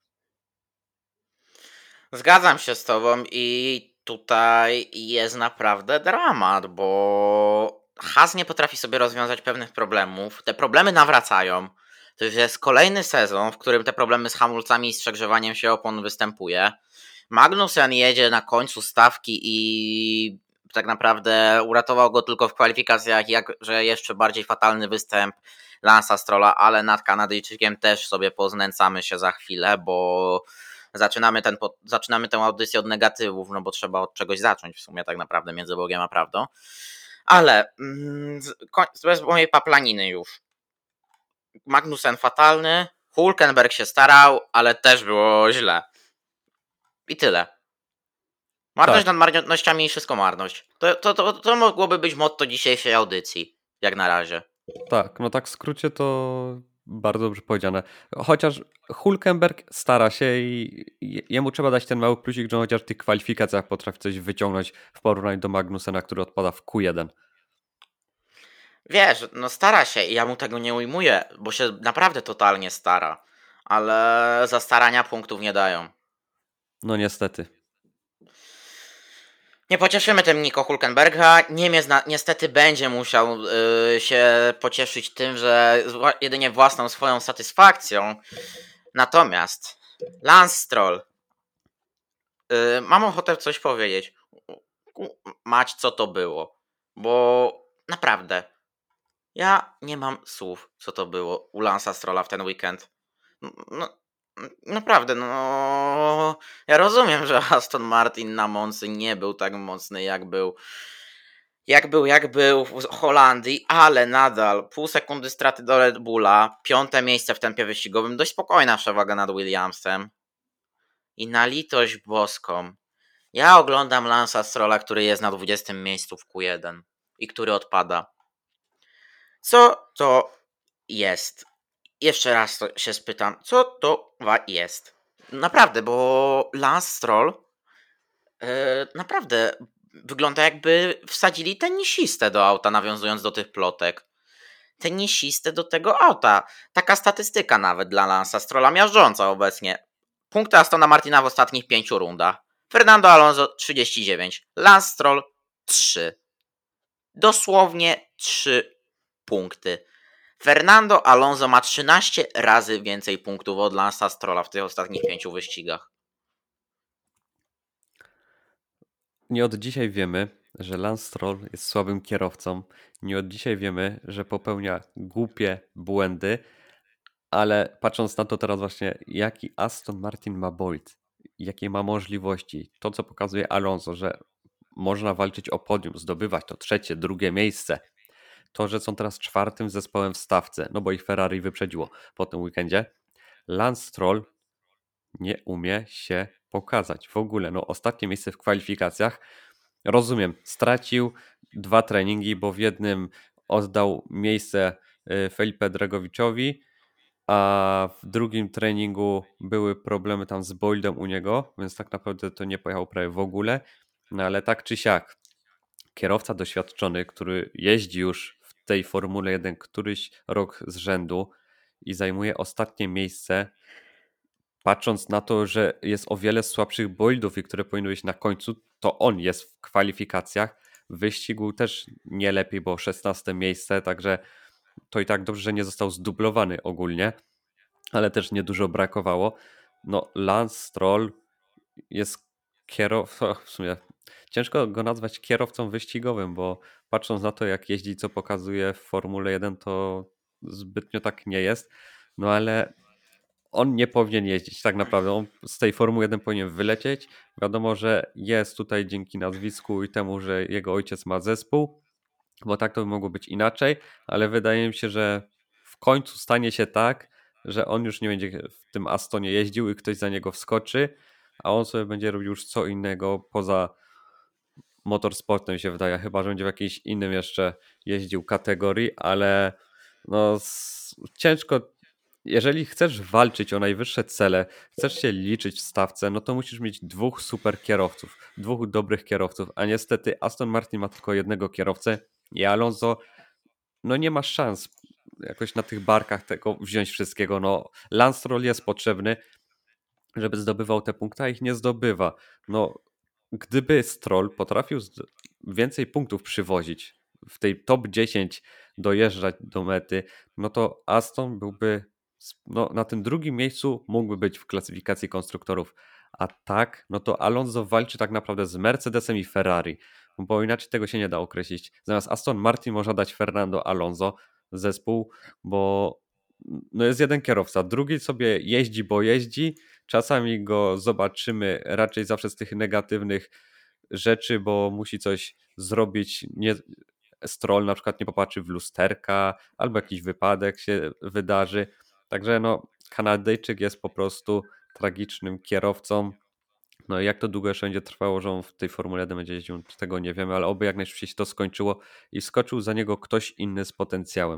Zgadzam się z tobą i tutaj jest naprawdę dramat, bo Haas nie potrafi sobie rozwiązać pewnych problemów. Te problemy nawracają. To już jest kolejny sezon, w którym te problemy z hamulcami i z przegrzewaniem się opon występuje. Magnussen jedzie na końcu stawki i tak naprawdę uratował go tylko w kwalifikacjach, jakże jeszcze bardziej fatalny występ Lance'a Strolla, ale nad Kanadyjczykiem też sobie poznęcamy się za chwilę, bo zaczynamy, ten, zaczynamy tę audycję od negatywów, no bo trzeba od czegoś zacząć w sumie tak naprawdę między Bogiem a prawdą. Ale mm, bez mojej paplaniny już. Magnussen fatalny, Hülkenberg się starał, ale też było źle. I tyle. Marność Tak. nad marnościami i wszystko marność. To, to, to, to mogłoby być motto dzisiejszej audycji, jak na razie. Tak, no tak w skrócie to bardzo dobrze powiedziane. Chociaż Hülkenberg stara się i jemu trzeba dać ten mały plusik, że chociaż w tych kwalifikacjach potrafi coś wyciągnąć w porównaniu do Magnusena, który odpada w Q jeden. Wiesz, no stara się i ja mu tego nie ujmuję, bo się naprawdę totalnie stara. Ale za starania punktów nie dają. No niestety. Nie pocieszymy tym Nico Hülkenberga. Niemiec na, niestety będzie musiał yy, się pocieszyć tym, że zła, jedynie własną swoją satysfakcją. Natomiast Lance Stroll. Yy, mam ochotę coś powiedzieć. Mać, co to było. Bo naprawdę, ja nie mam słów, co to było u Lance'a Strolla w ten weekend. No, naprawdę, no. Ja rozumiem, że Aston Martin na Moncy nie był tak mocny, jak był. Jak był, jak był w Holandii, ale nadal pół sekundy straty do Red Bulla, piąte miejsce w tempie wyścigowym, dość spokojna przewaga nad Williamsem. I na litość boską, ja oglądam Lance'a Strolla, który jest na dwudziestym miejscu w Q jeden i który odpada. Co to jest? Jeszcze raz to się spytam, co to jest? Naprawdę, bo Lance Stroll yy, naprawdę wygląda jakby wsadzili tenisistę do auta, nawiązując do tych plotek. Tenisistę do tego auta. Taka statystyka nawet dla Lance'a Strolla miażdżąca obecnie. Punkty Astona Martina w ostatnich pięciu rundach. Fernando Alonso trzydzieści dziewięć, Lance Stroll trzy. Dosłownie trzy punkty. Fernando Alonso ma trzynaście razy więcej punktów od Lance'a Strolla w tych ostatnich pięciu wyścigach. Nie od dzisiaj wiemy, że Lance Stroll jest słabym kierowcą. Nie od dzisiaj wiemy, że popełnia głupie błędy, ale patrząc na to teraz właśnie, jaki Aston Martin ma bolid, jakie ma możliwości, to co pokazuje Alonso, że można walczyć o podium, zdobywać to trzecie, drugie miejsce. To, że są teraz czwartym zespołem w stawce, no bo ich Ferrari wyprzedziło po tym weekendzie. Lance Stroll nie umie się pokazać w ogóle. No ostatnie miejsce w kwalifikacjach. Rozumiem, stracił dwa treningi, bo w jednym oddał miejsce Felipe Dragowiczowi, a w drugim treningu były problemy tam z bolidem u niego, więc tak naprawdę to nie pojechał prawie w ogóle. No ale tak czy siak, kierowca doświadczony, który jeździ już w tej Formule jeden któryś rok z rzędu i zajmuje ostatnie miejsce, patrząc na to, że jest o wiele słabszych bolidów i które powinny być na końcu, to on jest w kwalifikacjach. W wyścigu też nie lepiej, bo szesnaste miejsce, także to i tak dobrze, że nie został zdublowany ogólnie, ale też niedużo brakowało. No Lance Stroll jest kierowcą, w sumie ciężko go nazwać kierowcą wyścigowym, bo patrząc na to, jak jeździ, co pokazuje w Formule jeden, to zbytnio tak nie jest. No ale on nie powinien jeździć tak naprawdę. On z tej Formuły jeden powinien wylecieć. Wiadomo, że jest tutaj dzięki nazwisku i temu, że jego ojciec ma zespół, bo tak to by mogło być inaczej, ale wydaje mi się, że w końcu stanie się tak, że on już nie będzie w tym Astonie jeździł i ktoś za niego wskoczy, a on sobie będzie robił już co innego poza motorsportem, się wydaje, chyba że będzie w jakiejś innym jeszcze jeździł kategorii, ale no s- ciężko, jeżeli chcesz walczyć o najwyższe cele, chcesz się liczyć w stawce, no to musisz mieć dwóch super kierowców, dwóch dobrych kierowców, a niestety Aston Martin ma tylko jednego kierowcę i Alonso, no nie ma szans jakoś na tych barkach tego wziąć wszystkiego. No Lance Stroll jest potrzebny, żeby zdobywał te punkty, a ich nie zdobywa. No gdyby Stroll potrafił z- więcej punktów przywozić, w tej top dziesięć dojeżdżać do mety, no to Aston byłby s- no, na tym drugim miejscu, mógłby być w klasyfikacji konstruktorów. A tak, no to Alonso walczy tak naprawdę z Mercedesem i Ferrari, bo inaczej tego się nie da określić. Zamiast Aston Martin można dać Fernando Alonso zespół, bo no jest jeden kierowca, drugi sobie jeździ, bo jeździ. Czasami go zobaczymy raczej zawsze z tych negatywnych rzeczy, bo musi coś zrobić. Nie, Stroll na przykład nie popatrzy w lusterka, albo jakiś wypadek się wydarzy. Także no, Kanadyjczyk jest po prostu tragicznym kierowcą. No i jak to długo jeszcze będzie trwało, że on w tej Formule jeden będzie jeździł, tego nie wiemy, ale oby jak najszybciej się to skończyło i wskoczył za niego ktoś inny z potencjałem.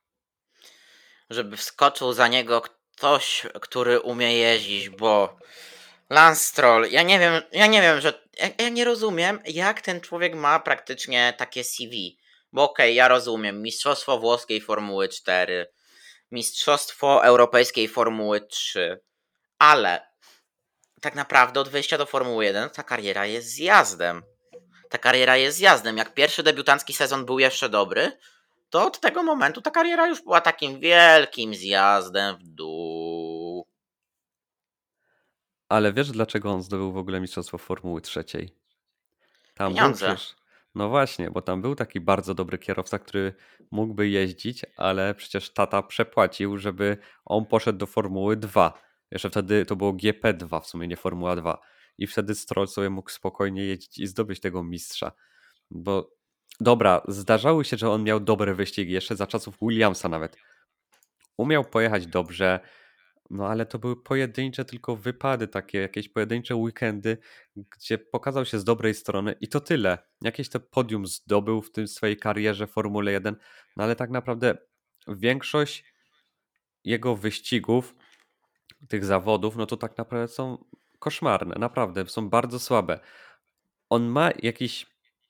Żeby wskoczył za niego ktoś, który umie jeździć, bo Lance Stroll, ja nie wiem, ja nie wiem, że ja, ja nie rozumiem, jak ten człowiek ma praktycznie takie C V. Bo okej, okay, ja rozumiem, Mistrzostwo Włoskiej Formuły cztery, Mistrzostwo Europejskiej Formuły trzy, ale tak naprawdę od wejścia do Formuły jeden ta kariera jest zjazdem. Ta kariera jest zjazdem. Jak pierwszy debiutancki sezon był jeszcze dobry, to od tego momentu ta kariera już była takim wielkim zjazdem w dół. Ale wiesz, dlaczego on zdobył w ogóle Mistrzostwo Formuły trzeciej? Tam był Pieniądze. przecież, no właśnie, bo tam był taki bardzo dobry kierowca, który mógłby jeździć, ale przecież tata przepłacił, żeby on poszedł do Formuły dwa. Jeszcze wtedy to było G P dwa, w sumie nie Formuła dwa. I wtedy Stroll sobie mógł spokojnie jeździć i zdobyć tego mistrza. Bo dobra, zdarzały się, że on miał dobre wyścigi, jeszcze za czasów Williamsa nawet. Umiał pojechać dobrze, no ale to były pojedyncze tylko wypady, takie jakieś pojedyncze weekendy, gdzie pokazał się z dobrej strony i to tyle. Jakieś to podium zdobył w tym swojej karierze w Formule jeden, no ale tak naprawdę większość jego wyścigów, tych zawodów, no to tak naprawdę są koszmarne, naprawdę, są bardzo słabe. On ma jakiś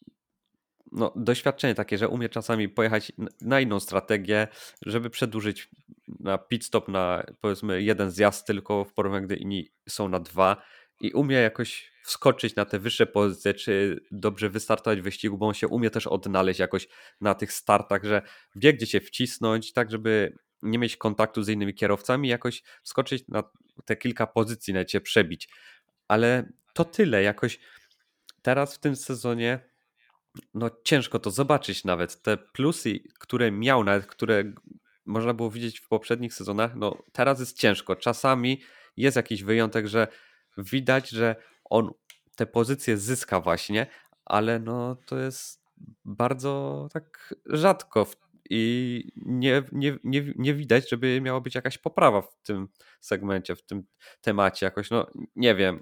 no, doświadczenie takie, że umie czasami pojechać n- na inną strategię, żeby przedłużyć na pit stop na powiedzmy jeden zjazd tylko w porównaniu, gdy inni są na dwa i umie jakoś wskoczyć na te wyższe pozycje, czy dobrze wystartować w wyścigu, bo on się umie też odnaleźć jakoś na tych startach, że wie gdzie się wcisnąć, tak żeby nie mieć kontaktu z innymi kierowcami, jakoś wskoczyć na te kilka pozycji, nawet się przebić. Ale to tyle, jakoś teraz w tym sezonie no ciężko to zobaczyć nawet. Te plusy, które miał, nawet które można było widzieć w poprzednich sezonach, no teraz jest ciężko. Czasami jest jakiś wyjątek, że widać, że on te pozycje zyska właśnie, ale no to jest bardzo tak rzadko w- i nie, nie, nie, nie widać, żeby miała być jakaś poprawa w tym segmencie, w tym temacie jakoś, no nie wiem.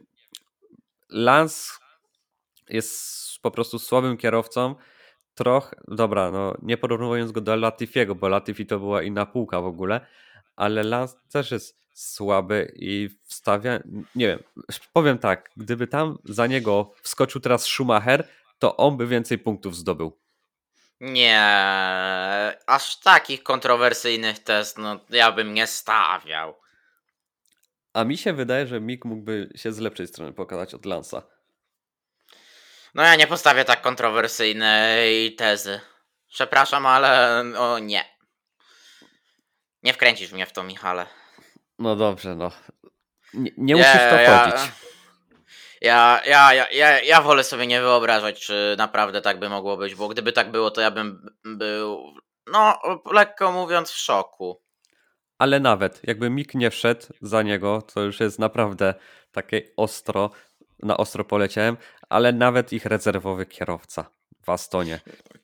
Lance jest po prostu słabym kierowcą. Trochę, dobra, no nie porównując go do Latifiego, bo Latifi to była inna półka w ogóle, ale Lance też jest słaby i wstawia, nie wiem, powiem tak, gdyby tam za niego wskoczył teraz Schumacher, to on by więcej punktów zdobył. Nie, aż takich kontrowersyjnych test, no ja bym nie stawiał. A mi się wydaje, że Mick mógłby się z lepszej strony pokazać od Lance'a. No ja nie postawię tak kontrowersyjnej tezy. Przepraszam, ale o nie. Nie wkręcisz mnie w to, Michale. No dobrze, no. Nie, nie Nie, musisz w to ja, wchodzić. ja, ja, ja, ja, ja wolę sobie nie wyobrażać, czy naprawdę tak by mogło być, bo gdyby tak było, to ja bym był, no lekko mówiąc, w szoku. ale nawet jakby Mick nie wszedł za niego, to już jest naprawdę takie ostro, na ostro poleciałem, ale nawet ich rezerwowy kierowca w Astonie.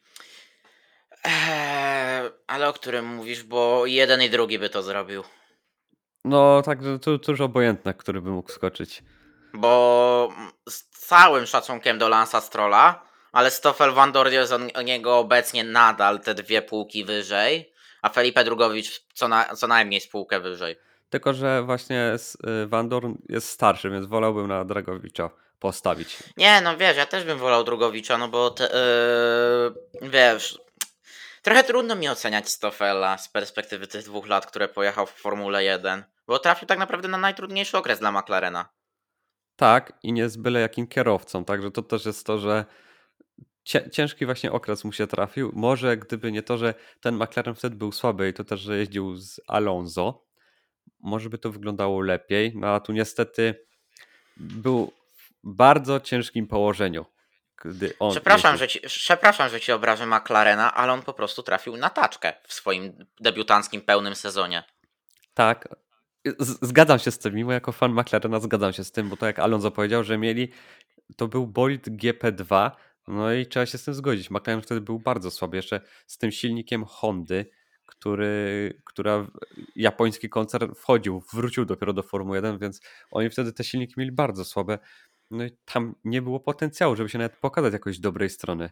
Eee, ale o którym mówisz, bo jeden i drugi by to zrobił. No, także to, to już obojętne, który by mógł skoczyć. Bo z całym szacunkiem do Lance'a Strolla, ale Stoffel Vandoorne jest o niego obecnie nadal te dwie półki wyżej, a Felipe Drugowicz co, na, co najmniej z półkę wyżej. Tylko, że właśnie Van Dorn jest starszy, więc wolałbym na Dragowicza postawić. Nie, no wiesz, ja też bym wolał Drugowicza, no bo te, yy, wiesz, trochę trudno mi oceniać Stoffela z perspektywy tych dwóch lat, które pojechał w Formule jeden, bo trafił tak naprawdę na najtrudniejszy okres dla McLarena. Tak, i nie z byle jakim kierowcą, także to też jest to, że ciężki właśnie okres mu się trafił. Może gdyby nie to, że ten McLaren wtedy był słaby i to też, że jeździł z Alonso, może by to wyglądało lepiej, no a tu niestety był w bardzo ciężkim położeniu, gdy on Przepraszam, jeździł. że ci, przepraszam, że ci obrażę McLarena, ale on po prostu trafił na taczkę w swoim debiutanckim pełnym sezonie. Tak, z- zgadzam się z tym, mimo jako fan McLarena zgadzam się z tym, bo to jak Alonso powiedział, że mieli, to był bolid G P dwa, no i trzeba się z tym zgodzić. McLaren wtedy był bardzo słaby, jeszcze z tym silnikiem Hondy, który, która japoński koncern wchodził, wrócił dopiero do Formuły jeden, więc oni wtedy te silniki mieli bardzo słabe. No i tam nie było potencjału, żeby się nawet pokazać jakoś dobrej strony.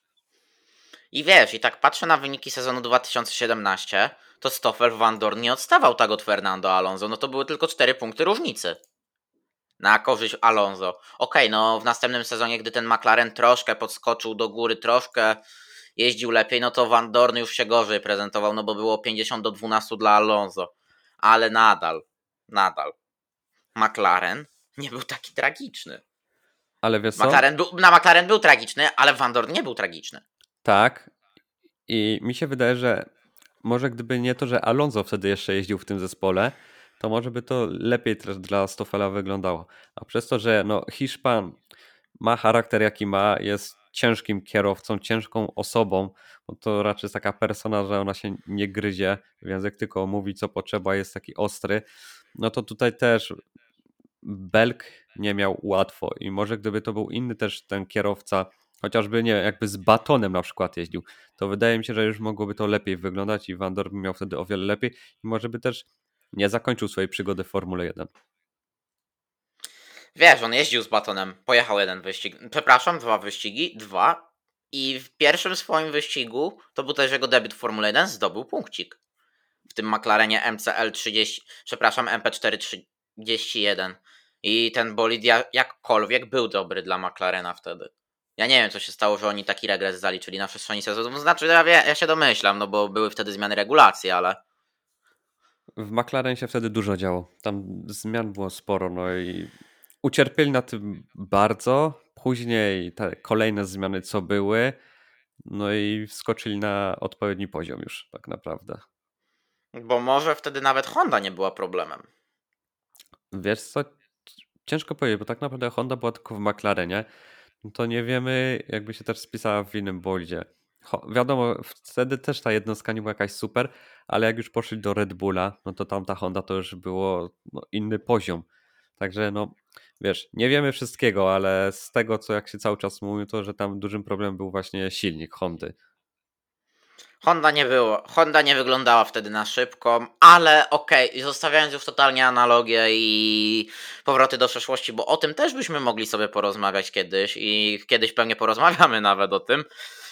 I wiesz, i tak patrzę na wyniki sezonu dwa tysiące siedemnastego, to Stoffel Vandoorne nie odstawał tak od Fernando Alonso, no to były tylko cztery punkty różnicy na korzyść Alonso. Okej, no w następnym sezonie, gdy ten McLaren troszkę podskoczył do góry, troszkę jeździł lepiej, no to Vandoorne już się gorzej prezentował, no bo było pięćdziesiąt do dwunastu dla Alonso. Ale nadal, nadal McLaren nie był taki tragiczny. Ale wiesz co? McLaren był, na McLaren był tragiczny, ale Vandoorne nie był tragiczny. Tak. I mi się wydaje, że może gdyby nie to, że Alonso wtedy jeszcze jeździł w tym zespole, to może by to lepiej też dla Stoffela wyglądało. A przez to, że no, Hiszpan ma charakter jaki ma, jest ciężkim kierowcą, ciężką osobą, bo to raczej jest taka persona, że ona się nie gryzie w język, tylko mówi co potrzeba, jest taki ostry, no to tutaj też Belk nie miał łatwo i może gdyby to był inny też ten kierowca, chociażby nie jakby z Batonem na przykład jeździł, to wydaje mi się, że już mogłoby to lepiej wyglądać i Van Dorn miał wtedy o wiele lepiej i może by też nie zakończył swojej przygody w Formule jeden. Wiesz, on jeździł z Batonem, pojechał jeden wyścig, przepraszam, dwa wyścigi, dwa i w pierwszym swoim wyścigu, to był też jego debiut w Formule jeden, zdobył punkcik. W tym McLarenie M C L trzydzieści, przepraszam, M P cztery trzydzieści jeden. I ten bolid jakkolwiek był dobry dla McLarena wtedy. Ja nie wiem, co się stało, że oni taki regres zaliczyli na przestrzeni sezonu. Znaczy, ja, wie, ja się domyślam, no bo były wtedy zmiany regulacji, ale... W McLaren się wtedy dużo działo. Tam zmian było sporo, no i ucierpieli na tym bardzo. Później te kolejne zmiany, co były, no i wskoczyli na odpowiedni poziom już tak naprawdę. Bo może wtedy nawet Honda nie była problemem. Wiesz co, ciężko powiedzieć, bo tak naprawdę Honda była tylko w McLarenie, no to nie wiemy, jakby się też spisała w innym boldzie. Cho- wiadomo, wtedy też ta jednostka nie była jakaś super, ale jak już poszli do Red Bulla, no to tamta Honda to już było no, inny poziom. Także no, wiesz, nie wiemy wszystkiego, ale z tego, co jak się cały czas mówi, to że tam dużym problemem był właśnie silnik Hondy. Honda nie było. Honda nie wyglądała wtedy na szybko, ale okej, okay, zostawiając już totalnie analogię i powroty do przeszłości, bo o tym też byśmy mogli sobie porozmawiać kiedyś i kiedyś pewnie porozmawiamy nawet o tym.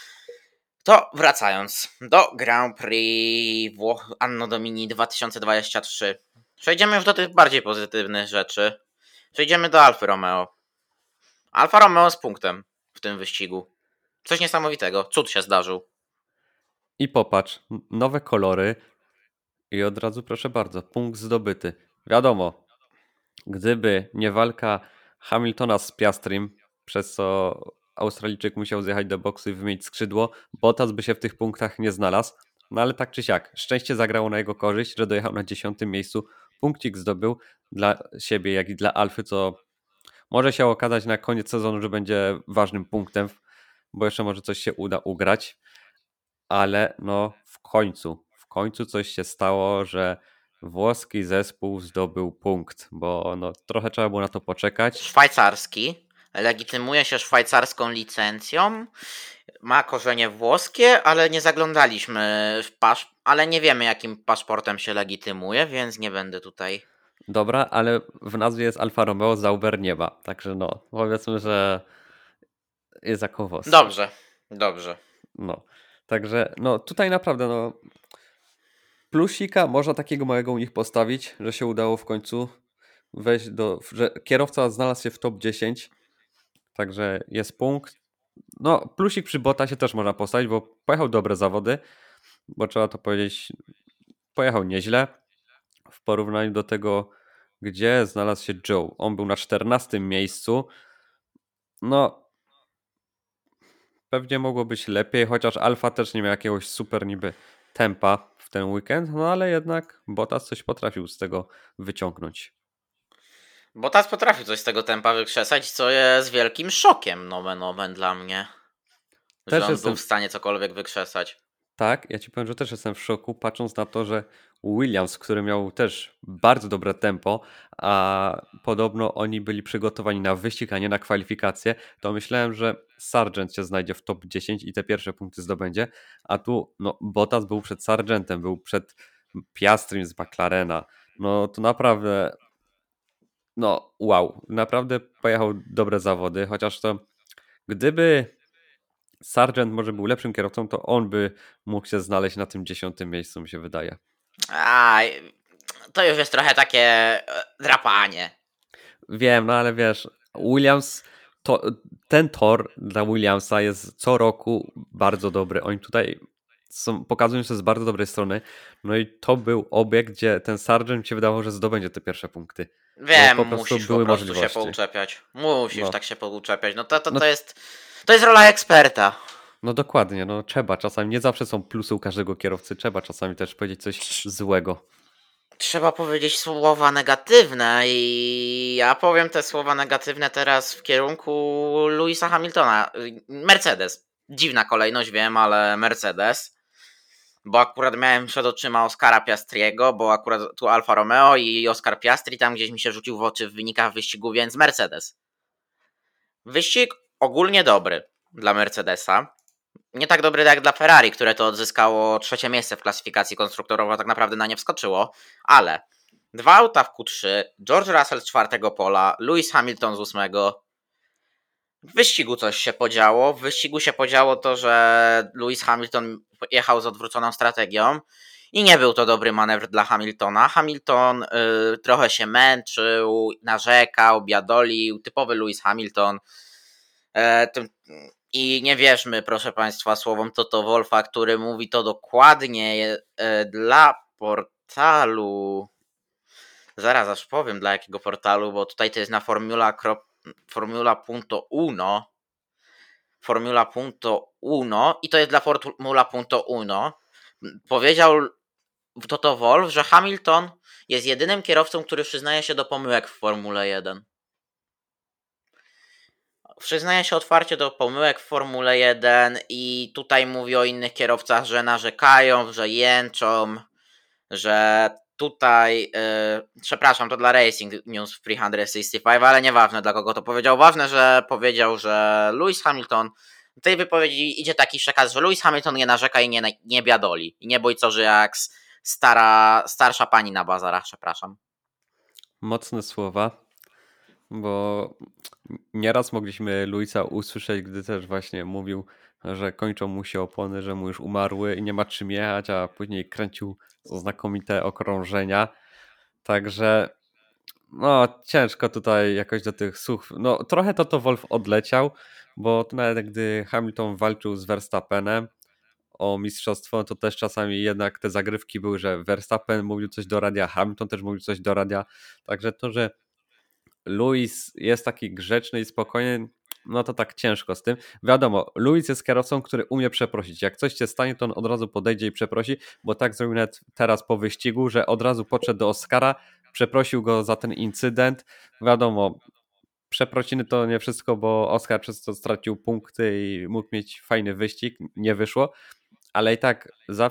To wracając do Grand Prix Włoch Anno Domini dwa tysiące dwudziesty trzeci. Przejdziemy już do tych bardziej pozytywnych rzeczy. Przejdziemy do Alfy Romeo. Alfa Romeo z punktem w tym wyścigu. Coś niesamowitego. Cud się zdarzył. I popatrz, nowe kolory i od razu proszę bardzo, punkt zdobyty. Wiadomo, gdyby nie walka Hamiltona z Piastrim, przez co Australijczyk musiał zjechać do boksu i wymienić skrzydło, Bottas by się w tych punktach nie znalazł. No ale tak czy siak, szczęście zagrało na jego korzyść, że dojechał na dziesiątym miejscu. Punkcik zdobył dla siebie, jak i dla Alfy, co może się okazać na koniec sezonu, że będzie ważnym punktem, bo jeszcze może coś się uda ugrać. Ale no w końcu, w końcu coś się stało, że włoski zespół zdobył punkt, bo no, trochę trzeba było na to poczekać. Szwajcarski. Legitymuje się szwajcarską licencją. Ma korzenie włoskie, ale nie zaglądaliśmy w pasz... ale nie wiemy jakim paszportem się legitymuje, więc nie będę tutaj. Dobra, ale w nazwie jest Alfa Romeo, Zauber nie ma. Także no, powiedzmy, że jest jako włos. Dobrze, dobrze. No, także no tutaj naprawdę no plusika można takiego małego u nich postawić, że się udało w końcu wejść do, że kierowca znalazł się w top dziesięć, także jest punkt. No plusik przy Bottasie też można postawić, bo pojechał dobre zawody, bo trzeba to powiedzieć, pojechał nieźle w porównaniu do tego, gdzie znalazł się Joe. On był na czternastym miejscu. No pewnie mogło być lepiej, chociaż Alfa też nie miał jakiegoś super niby tempa w ten weekend, no ale jednak Bottas coś potrafił z tego wyciągnąć. Bottas potrafił coś z tego tempa wykrzesać, co jest wielkim szokiem, nomen omen dla mnie. Też że on jestem- był w stanie cokolwiek wykrzesać. Tak, ja ci powiem, że też jestem w szoku, patrząc na to, że Williams, który miał też bardzo dobre tempo, a podobno oni byli przygotowani na wyścig, a nie na kwalifikacje, to myślałem, że Sargent się znajdzie w top dziesięć i te pierwsze punkty zdobędzie, a tu no, Bottas był przed Sargentem, był przed Piastrim z McLarena, no to naprawdę no wow, naprawdę pojechał dobre zawody, chociaż to gdyby Sargent może był lepszym kierowcą, to on by mógł się znaleźć na tym dziesiątym miejscu, mi się wydaje. A, to już jest trochę takie e, drapanie. Wiem, no ale wiesz, Williams, to, ten tor dla Williamsa jest co roku bardzo dobry. Oni tutaj są, pokazują się z bardzo dobrej strony. No i to był obieg, gdzie ten Sargent się wydawało, że zdobędzie te pierwsze punkty. Wiem, po prostu musisz były po prostu się możliwości. pouczepiać. Musisz No. tak się pouczepiać. No to, to, to No. jest to jest rola eksperta. No dokładnie, no trzeba czasami, nie zawsze są plusy u każdego kierowcy, trzeba czasami też powiedzieć coś złego. Trzeba powiedzieć słowa negatywne i ja powiem te słowa negatywne teraz w kierunku Louisa Hamiltona. Mercedes. Dziwna kolejność, wiem, ale Mercedes. Bo akurat miałem przed oczyma Oscara Piastriego, bo akurat tu Alfa Romeo i Oscar Piastri tam gdzieś mi się rzucił w oczy w wynikach wyścigu, więc Mercedes. Wyścig ogólnie dobry dla Mercedesa. Nie tak dobry jak dla Ferrari, które to odzyskało trzecie miejsce w klasyfikacji konstruktorowo, tak naprawdę na nie wskoczyło, ale dwa auta w Q trzy, George Russell z czwartego pola, Lewis Hamilton z ósmego. W wyścigu coś się podziało. W wyścigu się podziało to, że Lewis Hamilton jechał z odwróconą strategią i nie był to dobry manewr dla Hamiltona. Hamilton y, trochę się męczył, narzekał, biadolił, typowy Lewis Hamilton. E, tym, I nie wierzmy, proszę Państwa, słowom Toto Wolffa, który mówi to dokładnie e, dla portalu. Zaraz aż powiem dla jakiego portalu, bo tutaj to jest na formula. Formula.uno. Formula.uno i to jest dla Formula.uno. Powiedział Toto Wolff, że Hamilton jest jedynym kierowcą, który przyznaje się do pomyłek w Formule jeden. Przyznaje się otwarcie do pomyłek w Formule jeden i tutaj mówi o innych kierowcach, że narzekają, że jęczą, że tutaj, yy, przepraszam, to dla Racing News w trzysta sześćdziesiąt pięć, ale nieważne dla kogo to powiedział. Ważne, że powiedział, że Lewis Hamilton, w tej wypowiedzi idzie taki przekaz, że Lewis Hamilton nie narzeka i nie, nie biadoli. I nie bojcoży jak stara, starsza pani na bazarach, przepraszam. Mocne słowa, bo nieraz mogliśmy Luisa usłyszeć, gdy też właśnie mówił, że kończą mu się opony, że mu już umarły i nie ma czym jechać, a później kręcił znakomite okrążenia. Także no ciężko tutaj jakoś do tych słów. No trochę Toto Wolff odleciał, bo to nawet gdy Hamilton walczył z Verstappenem o mistrzostwo, to też czasami jednak te zagrywki były, że Verstappen mówił coś do radia, Hamilton też mówił coś do radia. Także to, że Lewis jest taki grzeczny i spokojny, no to tak ciężko z tym. Wiadomo, Lewis jest kierowcą, który umie przeprosić. Jak coś się stanie, to on od razu podejdzie i przeprosi, bo tak zrobił nawet teraz po wyścigu, że od razu podszedł do Oscara, przeprosił go za ten incydent. Wiadomo, przeprosiny to nie wszystko, bo Oscar przez to stracił punkty i mógł mieć fajny wyścig, nie wyszło, ale i tak zawsze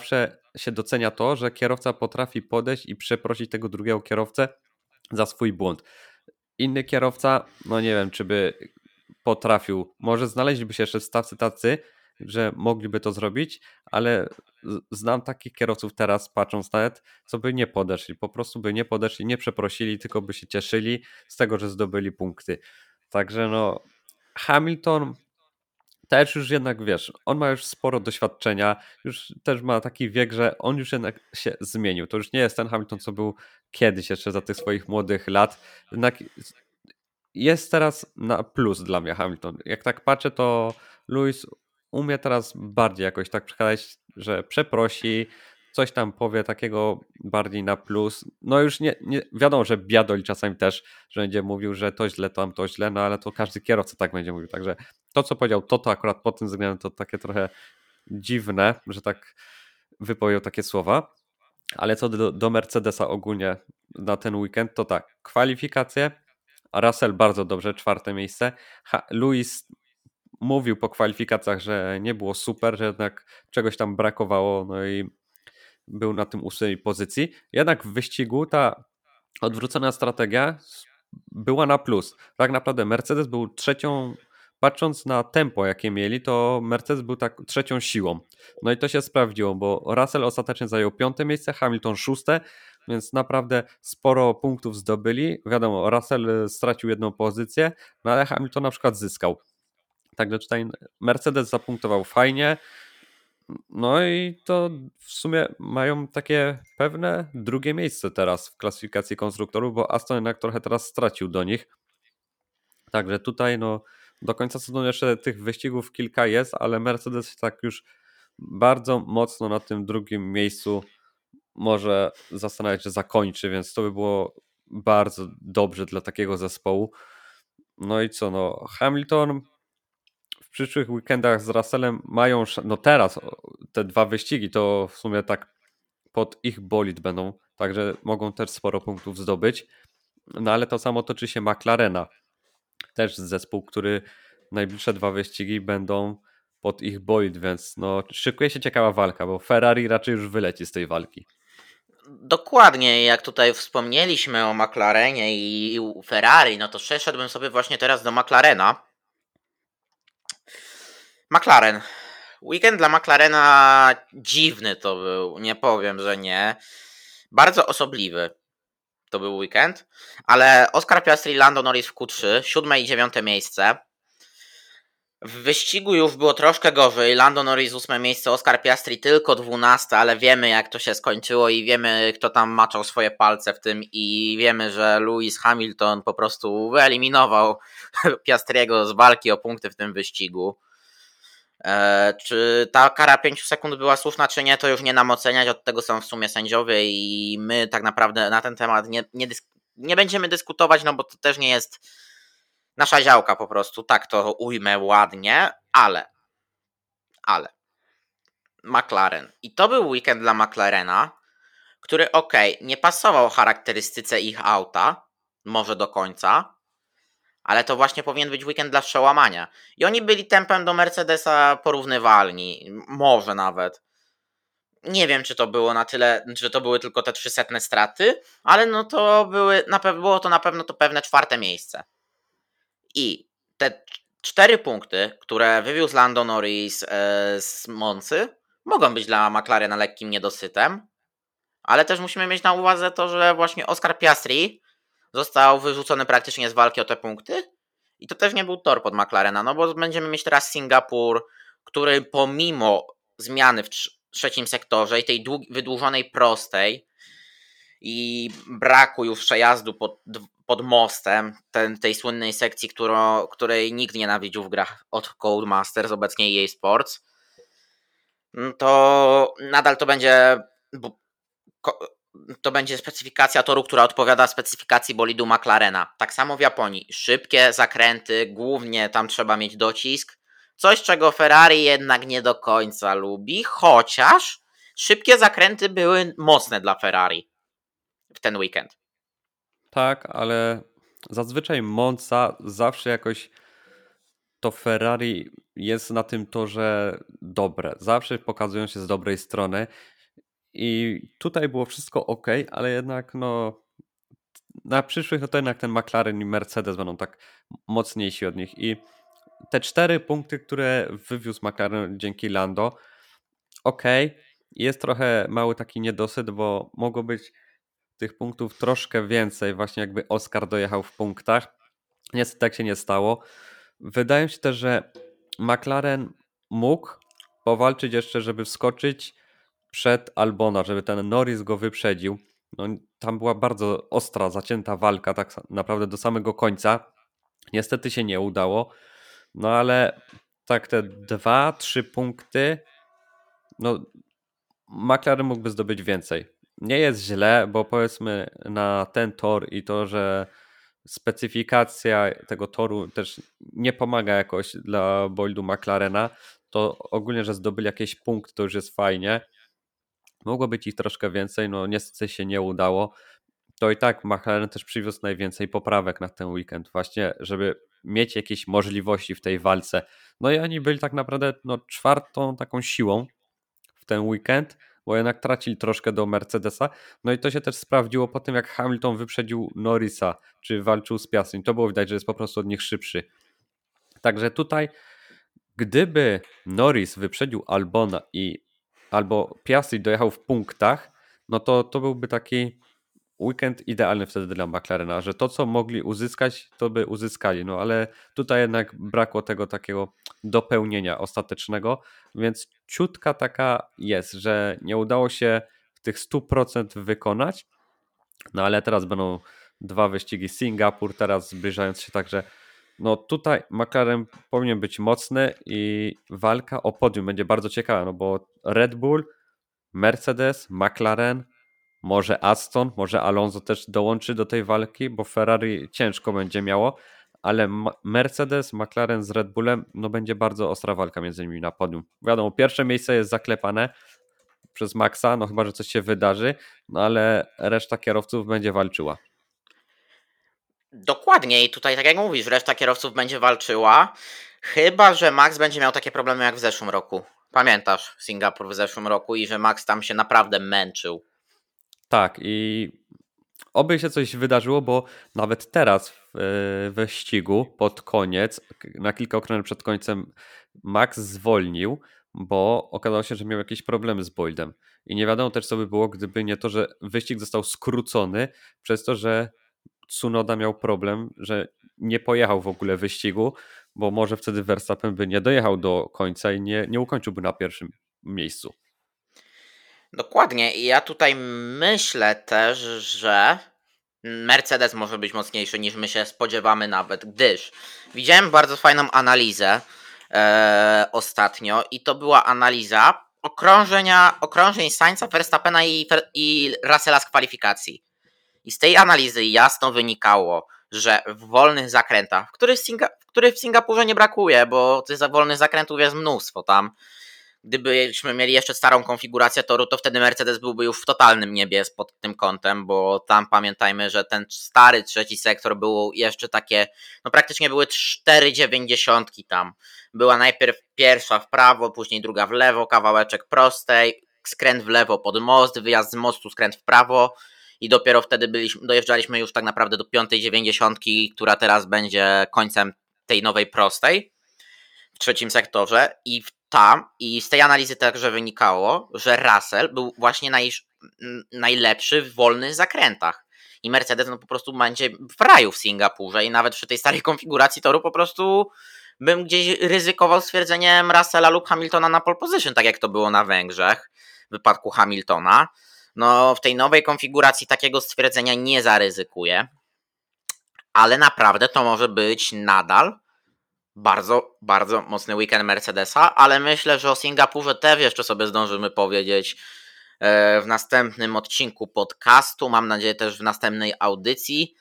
się docenia to, że kierowca potrafi podejść i przeprosić tego drugiego kierowcę za swój błąd. Inny kierowca, no nie wiem, czy by potrafił. Może znaleźliby się jeszcze stawcy tacy, że mogliby to zrobić, ale znam takich kierowców teraz, patrząc nawet, co by nie podeszli. Po prostu by nie podeszli, nie przeprosili, tylko by się cieszyli z tego, że zdobyli punkty. Także no, Hamilton też już jednak, wiesz, on ma już sporo doświadczenia, już też ma taki wiek, że on już jednak się zmienił. To już nie jest ten Hamilton, co był kiedyś jeszcze za tych swoich młodych lat. Jednak jest teraz na plus dla mnie Hamilton. Jak tak patrzę, to Lewis umie teraz bardziej jakoś tak przekazać, że przeprosi, coś tam powie takiego bardziej na plus. No już nie, nie wiadomo, że biadoli czasami też, że będzie mówił, że to źle, tam to źle, no ale to każdy kierowca tak będzie mówił. Także to, co powiedział, to to akurat pod tym względem to takie trochę dziwne, że tak wypowiedział takie słowa. Ale co do, do Mercedesa ogólnie na ten weekend, to tak, kwalifikacje, Russell bardzo dobrze, czwarte miejsce. Ha, Lewis mówił po kwalifikacjach, że nie było super, że jednak czegoś tam brakowało, no i był na tym ósmej pozycji. Jednak w wyścigu ta odwrócona strategia była na plus. Tak naprawdę Mercedes był trzecią, patrząc na tempo jakie mieli, to Mercedes był tak trzecią siłą. No i to się sprawdziło, bo Russell ostatecznie zajął piąte miejsce, Hamilton szóste, więc naprawdę sporo punktów zdobyli. Wiadomo, Russell stracił jedną pozycję, no ale Hamilton na przykład zyskał. Także tutaj Mercedes zapunktował fajnie. No i to w sumie mają takie pewne drugie miejsce teraz w klasyfikacji konstruktorów, bo Aston jednak trochę teraz stracił do nich. Także tutaj no do końca sezonu jeszcze tych wyścigów kilka jest, ale Mercedes się tak już bardzo mocno na tym drugim miejscu może zastanawiać, że zakończy, więc to by było bardzo dobrze dla takiego zespołu. No i co, no Hamilton w przyszłych weekendach z Russellem mają, no teraz te dwa wyścigi to w sumie tak pod ich bolid będą, także mogą też sporo punktów zdobyć. No ale to samo toczy się McLarena. Też zespół, który najbliższe dwa wyścigi będą pod ich bolid, więc no szykuje się ciekawa walka, bo Ferrari raczej już wyleci z tej walki. Dokładnie, jak tutaj wspomnieliśmy o McLarenie i Ferrari, no to przeszedłbym sobie właśnie teraz do McLarena. McLaren. Weekend dla McLarena dziwny to był, nie powiem, że nie. Bardzo osobliwy to był weekend, ale Oscar Piastri i Lando Norris w Q trzy, siódme i dziewiąte miejsce. W wyścigu już było troszkę gorzej, Lando Norris ósme miejsce, Oscar Piastri tylko dwunaste, ale wiemy jak to się skończyło i wiemy kto tam maczał swoje palce w tym i wiemy, że Lewis Hamilton po prostu wyeliminował Piastriego z walki o punkty w tym wyścigu. Eee, czy ta kara pięć sekund była słuszna, czy nie, to już nie nam oceniać, od tego są w sumie sędziowie i my tak naprawdę na ten temat nie, nie, dysk- nie będziemy dyskutować, no bo to też nie jest nasza działka po prostu, tak to ujmę ładnie, ale, ale McLaren. I to był weekend dla McLarena, który okej, okay, nie pasował charakterystyce ich auta, może do końca, ale to właśnie powinien być weekend dla przełamania. I oni byli tempem do Mercedesa porównywalni. Może nawet. Nie wiem, czy to było na tyle, czy to były tylko te trzysetne straty, ale no to były, na pewno, było to na pewno to pewne czwarte miejsce. I te cztery punkty, które wywiózł Lando Norris e, z Moncy, mogą być dla McLarena lekkim niedosytem, ale też musimy mieć na uwadze to, że właśnie Oscar Piastri został wyrzucony praktycznie z walki o te punkty i to też nie był tor pod McLarena, no bo będziemy mieć teraz Singapur, który pomimo zmiany w trzecim sektorze i tej dług- wydłużonej prostej i braku już przejazdu pod, pod mostem, ten, tej słynnej sekcji, którą, której nikt nienawidził w grach od Codemasters, obecnie E A Sports, to nadal to będzie to będzie specyfikacja toru, która odpowiada specyfikacji bolidu McLarena. Tak samo w Japonii. Szybkie zakręty, głównie tam trzeba mieć docisk. Coś, czego Ferrari jednak nie do końca lubi, chociaż szybkie zakręty były mocne dla Ferrari w ten weekend. Tak, ale zazwyczaj Monza zawsze jakoś to Ferrari jest na tym torze dobre. Zawsze pokazują się z dobrej strony I tutaj było wszystko ok, ale jednak no na przyszłych no to jednak ten McLaren i Mercedes będą tak mocniejsi od nich i te cztery punkty, które wywiózł McLaren dzięki Lando, ok, jest trochę mały taki niedosyt, bo mogło być tych punktów troszkę więcej, właśnie jakby Oscar dojechał w punktach. Niestety tak się nie stało. Wydaje mi się też, że McLaren mógł powalczyć jeszcze, żeby wskoczyć przed Albona, żeby ten Norris go wyprzedził. No, tam była bardzo ostra, zacięta walka, tak naprawdę do samego końca. Niestety się nie udało, no ale tak te dwa, trzy punkty, no McLaren mógłby zdobyć więcej. Nie jest źle, bo powiedzmy na ten tor i to, że specyfikacja tego toru też nie pomaga jakoś dla boldu McLarena, to ogólnie, że zdobyli jakieś punkty, to już jest fajnie. Mogło być ich troszkę więcej, no niestety się nie udało. To i tak McLaren też przywiózł najwięcej poprawek na ten weekend, właśnie żeby mieć jakieś możliwości w tej walce. No i oni byli tak naprawdę no, czwartą taką siłą w ten weekend, bo jednak tracili troszkę do Mercedesa. No i to się też sprawdziło po tym, jak Hamilton wyprzedził Norrisa, czy walczył z Piastrim. To było widać, że jest po prostu od nich szybszy. Także tutaj, gdyby Norris wyprzedził Albona i albo Piastri dojechał w punktach, no to to byłby taki weekend idealny wtedy dla McLarena, że to, co mogli uzyskać, to by uzyskali, no ale tutaj jednak brakło tego takiego dopełnienia ostatecznego, więc ciutka taka jest, że nie udało się w tych stu procent wykonać, no ale teraz będą dwa wyścigi, Singapur teraz zbliżając się, także no tutaj McLaren powinien być mocny i walka o podium będzie bardzo ciekawa, no bo Red Bull, Mercedes, McLaren, może Aston, może Alonso też dołączy do tej walki, bo Ferrari ciężko będzie miało, ale Mercedes, McLaren z Red Bullem, no będzie bardzo ostra walka między nimi na podium. Wiadomo, pierwsze miejsce jest zaklepane przez Maxa, no chyba, że coś się wydarzy, no ale reszta kierowców będzie walczyła. Dokładnie i tutaj tak jak mówisz, reszta kierowców będzie walczyła, chyba że Max będzie miał takie problemy jak w zeszłym roku. Pamiętasz Singapur w zeszłym roku i że Max tam się naprawdę męczył. Tak i oby się coś wydarzyło, bo nawet teraz w wyścigu pod koniec, na kilka okręgów przed końcem Max zwolnił, bo okazało się, że miał jakieś problemy z Boydem. I nie wiadomo też, co by było, gdyby nie to, że wyścig został skrócony przez to, że Tsunoda miał problem, że nie pojechał w ogóle wyścigu, bo może wtedy Verstappen by nie dojechał do końca i nie, nie ukończyłby na pierwszym miejscu. Dokładnie i ja tutaj myślę też, że Mercedes może być mocniejszy niż my się spodziewamy nawet, gdyż widziałem bardzo fajną analizę e, ostatnio i to była analiza okrążenia, okrążeń Sainza, Verstappena i, i Russella z kwalifikacji. I z tej analizy jasno wynikało, że w wolnych zakrętach, których w, Singa- których w Singapurze nie brakuje, bo tych wolnych zakrętów jest mnóstwo tam. Gdybyśmy mieli jeszcze starą konfigurację toru, to wtedy Mercedes byłby już w totalnym niebie pod tym kątem, bo tam pamiętajmy, że ten stary trzeci sektor był jeszcze takie, no praktycznie były cztery dziewięćdziesiątki tam. Była najpierw pierwsza w prawo, później druga w lewo, kawałeczek prostej, skręt w lewo pod most, wyjazd z mostu, skręt w prawo i dopiero wtedy byliśmy, dojeżdżaliśmy już tak naprawdę do piątej dziewięćdziesiątki, która teraz będzie końcem tej nowej prostej w trzecim sektorze i w tam i z tej analizy także wynikało, że Russell był właśnie naj, najlepszy w wolnych zakrętach i Mercedes no po prostu będzie w raju w Singapurze i nawet przy tej starej konfiguracji toru po prostu bym gdzieś ryzykował stwierdzeniem Russella lub Hamiltona na pole position, tak jak to było na Węgrzech w wypadku Hamiltona. No w tej nowej konfiguracji takiego stwierdzenia nie zaryzykuję, ale naprawdę to może być nadal bardzo, bardzo mocny weekend Mercedesa, ale myślę, że o Singapurze też jeszcze sobie zdążymy powiedzieć w następnym odcinku podcastu, mam nadzieję też w następnej audycji.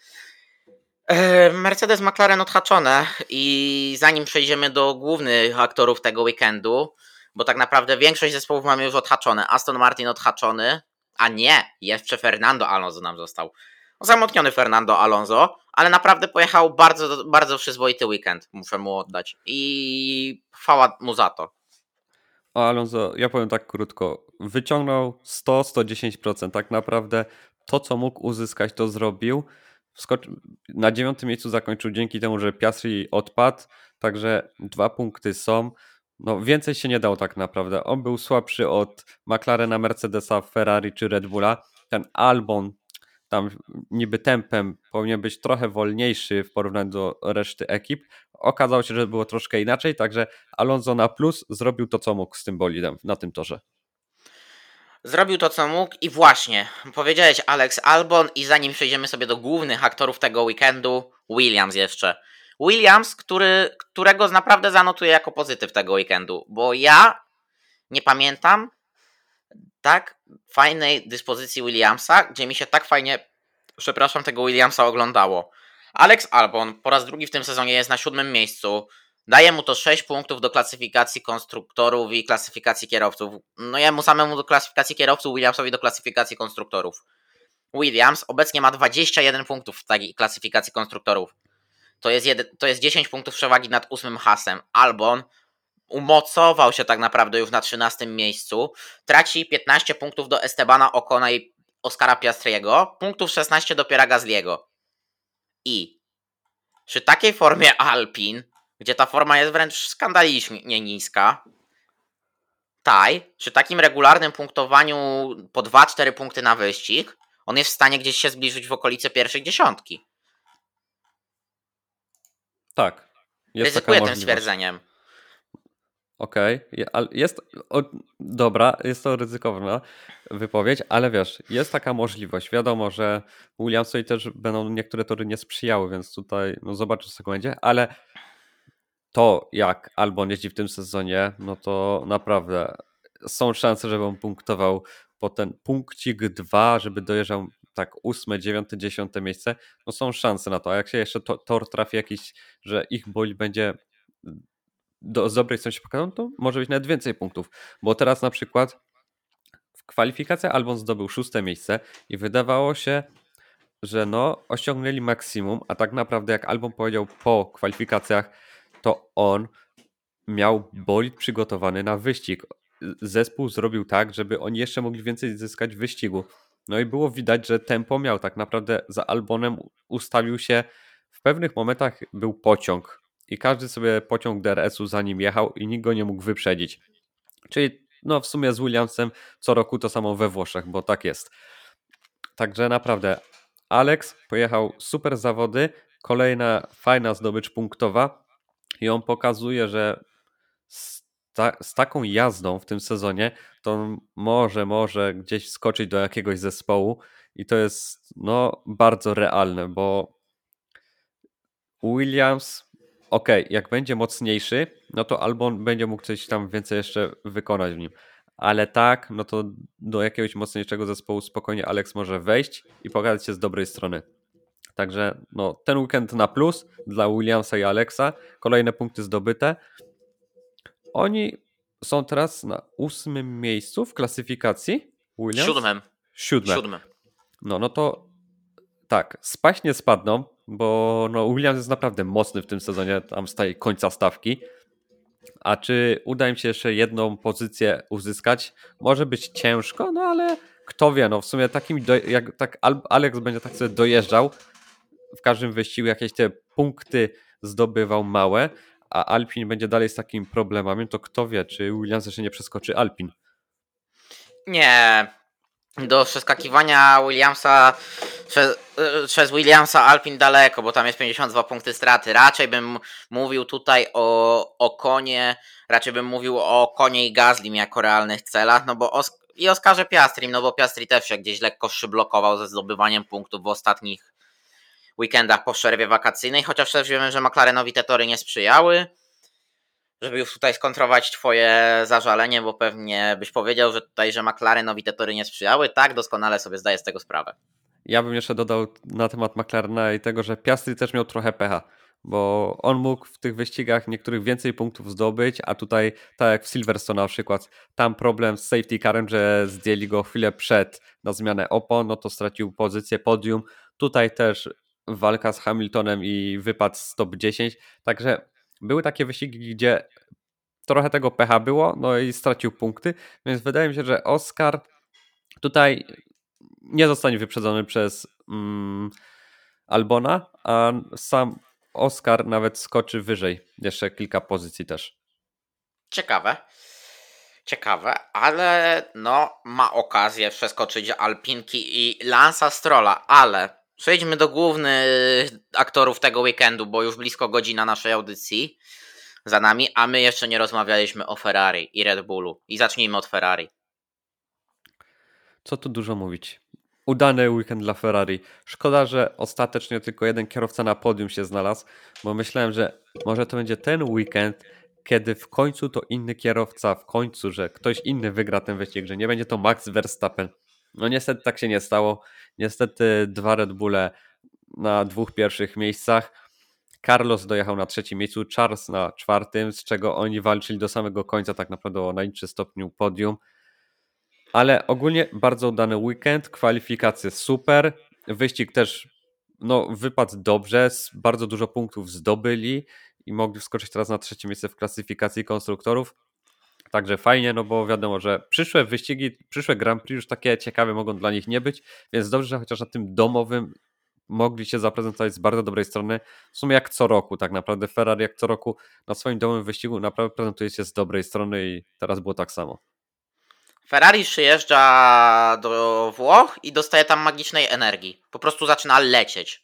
Mercedes, McLaren odhaczone i zanim przejdziemy do głównych aktorów tego weekendu, bo tak naprawdę większość zespołów mamy już odhaczone, Aston Martin odhaczony, a nie, jeszcze Fernando Alonso nam został. Osamotniony Fernando Alonso, ale naprawdę pojechał bardzo, bardzo przyzwoity weekend, muszę mu oddać. I chwała mu za to. O Alonso, ja powiem tak krótko, wyciągnął sto do stu dziesięciu procent, tak naprawdę to, co mógł uzyskać, to zrobił. Wskocz... Na dziewiątym miejscu zakończył dzięki temu, że Piastri odpadł, także dwa punkty są. No więcej się nie dało tak naprawdę. On był słabszy od McLarena, Mercedesa, Ferrari czy Red Bulla. Ten Albon tam niby tempem powinien być trochę wolniejszy w porównaniu do reszty ekip. Okazało się, że było troszkę inaczej, także Alonso na plus zrobił to, co mógł z tym bolidem na tym torze. Zrobił to, co mógł i właśnie, powiedziałeś Alex Albon i zanim przejdziemy sobie do głównych aktorów tego weekendu, Williams jeszcze. Williams, który, którego naprawdę zanotuję jako pozytyw tego weekendu, bo ja nie pamiętam tak fajnej dyspozycji Williamsa, gdzie mi się tak fajnie, przepraszam, tego Williamsa oglądało. Alex Albon po raz drugi w tym sezonie jest na siódmym miejscu. Daje mu to sześć punktów do klasyfikacji konstruktorów i klasyfikacji kierowców. No jemu samemu do klasyfikacji kierowców, Williamsowi do klasyfikacji konstruktorów. Williams obecnie ma dwadzieścia jeden punktów w takiej klasyfikacji konstruktorów. To jest, jed- to jest dziesięć punktów przewagi nad ósmym Haasem. Albon umocował się tak naprawdę już na trzynastym miejscu. Traci piętnaście punktów do Estebana Ocona i Oscara Piastriego. Punktów szesnaście do Pierre'a Gasly'ego. I przy takiej formie Alpin, gdzie ta forma jest wręcz skandalicznie niska, Taj, przy takim regularnym punktowaniu po dwa cztery punkty na wyścig, on jest w stanie gdzieś się zbliżyć w okolice pierwszej dziesiątki. Tak. Jest Ryzykuję taka tym stwierdzeniem. Okej, okay. Jest, o, dobra, jest to ryzykowna wypowiedź, ale wiesz, jest taka możliwość. Wiadomo, że Williamsowi też będą niektóre tory nie sprzyjały, więc tutaj no zobaczysz co będzie, ale to jak Albon jeździ w tym sezonie, no to naprawdę są szanse, żeby on punktował po ten punkcik dwa, żeby dojeżdżał tak ósme, dziewiąte, dziesiąte miejsce, no są szanse na to, a jak się jeszcze to, tor trafi jakiś, że ich bolid będzie do, z dobrej strony się pokazał, to może być nawet więcej punktów, bo teraz na przykład w kwalifikacjach Albon zdobył szóste miejsce i wydawało się, że no osiągnęli maksimum, a tak naprawdę jak Albon powiedział po kwalifikacjach, to on miał bolid przygotowany na wyścig. Zespół zrobił tak, żeby oni jeszcze mogli więcej zyskać w wyścigu. No i było widać, że tempo miał. Tak naprawdę za Albonem ustawił się, w pewnych momentach był pociąg i każdy sobie pociąg D R S-u za nim jechał i nikt go nie mógł wyprzedzić. Czyli no w sumie z Williamsem co roku to samo we Włoszech, bo tak jest. Także naprawdę Alex pojechał super zawody, kolejna fajna zdobycz punktowa i on pokazuje, że z, ta, z taką jazdą w tym sezonie to on może, może gdzieś skoczyć do jakiegoś zespołu i to jest no bardzo realne, bo Williams, okej, okay, jak będzie mocniejszy, no to Albon będzie mógł coś tam więcej jeszcze wykonać w nim. Ale tak, no to do jakiegoś mocniejszego zespołu spokojnie Alex może wejść i pokazać się z dobrej strony. Także no, ten weekend na plus dla Williamsa i Alexa. Kolejne punkty zdobyte. Oni są teraz na ósmym miejscu w klasyfikacji. Williams? Siódmym. Siódme. Siódmym. No, no to tak, spaść nie spadną, bo no Williams jest naprawdę mocny w tym sezonie, tam z tej końca stawki. A czy uda im się jeszcze jedną pozycję uzyskać? Może być ciężko, no ale kto wie, no w sumie takim, do, jak tak Alex będzie tak sobie dojeżdżał, w każdym wyścigu jakieś te punkty zdobywał małe, a Alpin będzie dalej z takimi problemami, to kto wie, czy Williams jeszcze nie przeskoczy Alpin? Nie. Do przeskakiwania Williamsa przez, przez Williamsa Alpin daleko, bo tam jest pięćdziesiąt dwa punkty straty. Raczej bym mówił tutaj o, o konie, raczej bym mówił o konie i Gaslim jako realnych celach, no bo Os- i Oskarze Piastrim, no bo Piastri też się gdzieś lekko szyblokował ze zdobywaniem punktów w ostatnich weekendach po przerwie wakacyjnej, chociaż też wiemy, że McLarenowi te tory nie sprzyjały. Żeby już tutaj skontrować twoje zażalenie, bo pewnie byś powiedział, że tutaj, że McLarenowi te tory nie sprzyjały. Tak, doskonale sobie zdaję z tego sprawę. Ja bym jeszcze dodał na temat McLarena i tego, że Piastri też miał trochę pecha, bo on mógł w tych wyścigach niektórych więcej punktów zdobyć, a tutaj, tak jak w Silverstone na przykład, tam problem z safety carem, że zdjęli go chwilę przed na zmianę opon, no to stracił pozycję podium. Tutaj też walka z Hamiltonem i wypad z top dziesięć, także były takie wyścigi, gdzie trochę tego pecha było, no i stracił punkty, więc wydaje mi się, że Oscar tutaj nie zostanie wyprzedzony przez mm, Albona, a sam Oscar nawet skoczy wyżej, jeszcze kilka pozycji też. Ciekawe. Ciekawe, ale no ma okazję przeskoczyć Alpinki i Lansa Strolla, ale przejdźmy do głównych aktorów tego weekendu, bo już blisko godzina naszej audycji za nami, a my jeszcze nie rozmawialiśmy o Ferrari i Red Bullu. I zacznijmy od Ferrari. Co tu dużo mówić. Udany weekend dla Ferrari. Szkoda, że ostatecznie tylko jeden kierowca na podium się znalazł, bo myślałem, że może to będzie ten weekend, kiedy w końcu to inny kierowca, w końcu, że ktoś inny wygra ten wyścig, że nie będzie to Max Verstappen. No niestety tak się nie stało. Niestety dwa Red Bulle na dwóch pierwszych miejscach. Carlos dojechał na trzecim miejscu, Charles na czwartym, z czego oni walczyli do samego końca tak naprawdę o najniższym stopniu podium. Ale ogólnie bardzo udany weekend, kwalifikacje super, wyścig też no, wypadł dobrze, bardzo dużo punktów zdobyli i mogli wskoczyć teraz na trzecie miejsce w klasyfikacji konstruktorów. Także fajnie, no bo wiadomo, że przyszłe wyścigi, przyszłe Grand Prix już takie ciekawe mogą dla nich nie być, więc dobrze, że chociaż na tym domowym mogli się zaprezentować z bardzo dobrej strony. W sumie jak co roku tak naprawdę Ferrari jak co roku na swoim domowym wyścigu naprawdę prezentuje się z dobrej strony i teraz było tak samo. Ferrari przyjeżdża do Włoch i dostaje tam magicznej energii. Po prostu zaczyna lecieć.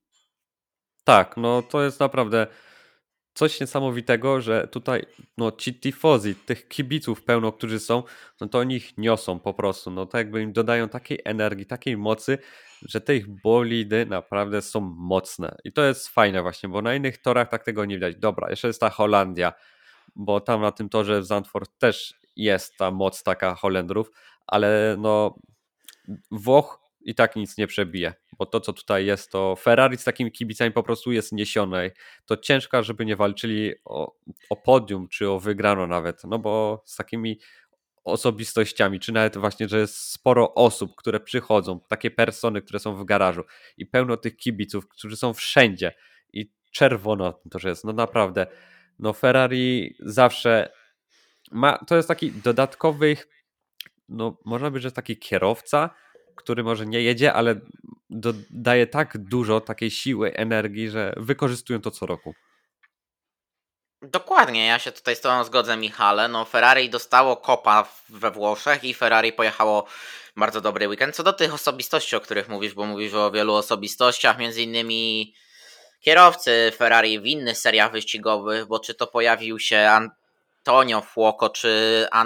Tak, no to jest naprawdę coś niesamowitego, że tutaj no ci tifosi, tych kibiców pełno, którzy są, no to oni ich niosą po prostu, no to jakby im dodają takiej energii, takiej mocy, że te ich bolidy naprawdę są mocne i to jest fajne właśnie, bo na innych torach tak tego nie widać. Dobra, jeszcze jest ta Holandia, bo tam na tym torze w Zandvoort też jest ta moc taka Holendrów, ale no Włoch i tak nic nie przebije, bo to co tutaj jest, to Ferrari z takimi kibicami po prostu jest niesione. To ciężko, żeby nie walczyli o, o podium, czy o wygraną nawet, no bo z takimi osobistościami, czy nawet właśnie, że jest sporo osób, które przychodzą, takie persony, które są w garażu i pełno tych kibiców, którzy są wszędzie i czerwono to, że jest, no naprawdę, no Ferrari zawsze ma, to jest taki dodatkowy, no można by, że taki kierowca, który może nie jedzie, ale dodaje tak dużo takiej siły, energii, że wykorzystują to co roku. Dokładnie, ja się tutaj z tobą zgodzę, Michale. No Ferrari dostało kopa we Włoszech i Ferrari pojechało bardzo dobry weekend. Co do tych osobistości, o których mówisz, bo mówisz o wielu osobistościach, między innymi kierowcy Ferrari w innych seriach wyścigowych, bo czy to pojawił się Antonio Fuoco, czy An-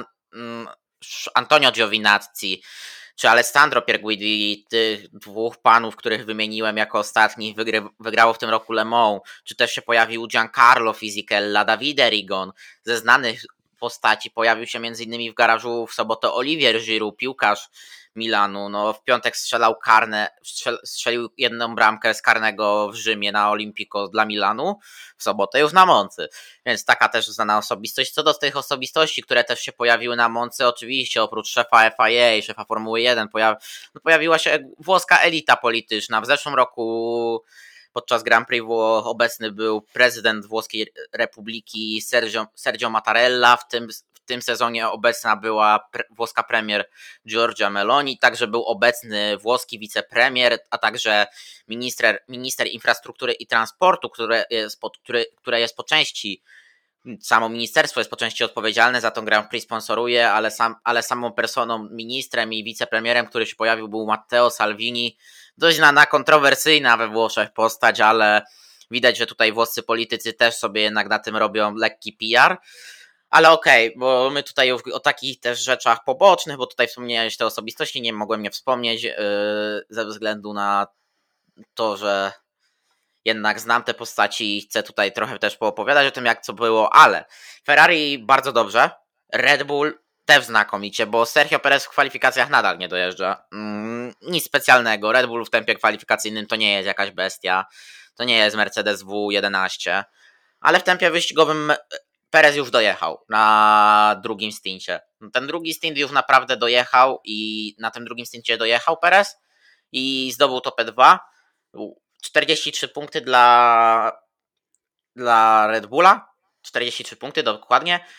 Antonio Giovinazzi, czy Alessandro Pierguidi, tych dwóch panów, których wymieniłem jako ostatnich, wygry, wygrało w tym roku Le Mans, czy też się pojawił Giancarlo Fisichella, Davide Rigon, ze znanych postaci pojawił się m.in. w garażu w sobotę Olivier Giroud, piłkarz Milanu, no w piątek strzelał karne, strzel, strzelił jedną bramkę z karnego w Rzymie na Olimpico dla Milanu, w sobotę już na Moncy, więc taka też znana osobistość. Co do tych osobistości, które też się pojawiły na Moncy, oczywiście oprócz szefa F I A, szefa Formuły jeden, pojawi, no pojawiła się włoska elita polityczna. W zeszłym roku podczas Grand Prix Włoch obecny był prezydent Włoskiej Republiki Sergio, Sergio Mattarella, w tym W tym sezonie obecna była pre, włoska premier Giorgia Meloni, także był obecny włoski wicepremier, a także minister, minister infrastruktury i transportu, które jest, po, który, które jest po części, samo ministerstwo jest po części odpowiedzialne za tą Grand Prix, sponsoruje, ale, sam, ale samą personą, ministrem i wicepremierem, który się pojawił, był Matteo Salvini, dość znana, kontrowersyjna we Włoszech postać, ale widać, że tutaj włoscy politycy też sobie jednak na tym robią lekki P R. Ale okej, okay, bo my tutaj o takich też rzeczach pobocznych, bo tutaj wspomniałeś te osobistości, nie mogłem nie wspomnieć yy, ze względu na to, że jednak znam te postaci i chcę tutaj trochę też poopowiadać o tym, jak co było, ale Ferrari bardzo dobrze, Red Bull też znakomicie, bo Sergio Perez w kwalifikacjach nadal nie dojeżdża. Mm, nic specjalnego, Red Bull w tempie kwalifikacyjnym to nie jest jakaś bestia, to nie jest Mercedes W jedenaście, ale w tempie wyścigowym Perez już dojechał na drugim stincie. Ten drugi stint już naprawdę dojechał i na tym drugim stincie dojechał Perez i zdobył to P dwa. czterdzieści trzy punkty dla, dla Red Bulla. czterdzieści trzy punkty dokładnie.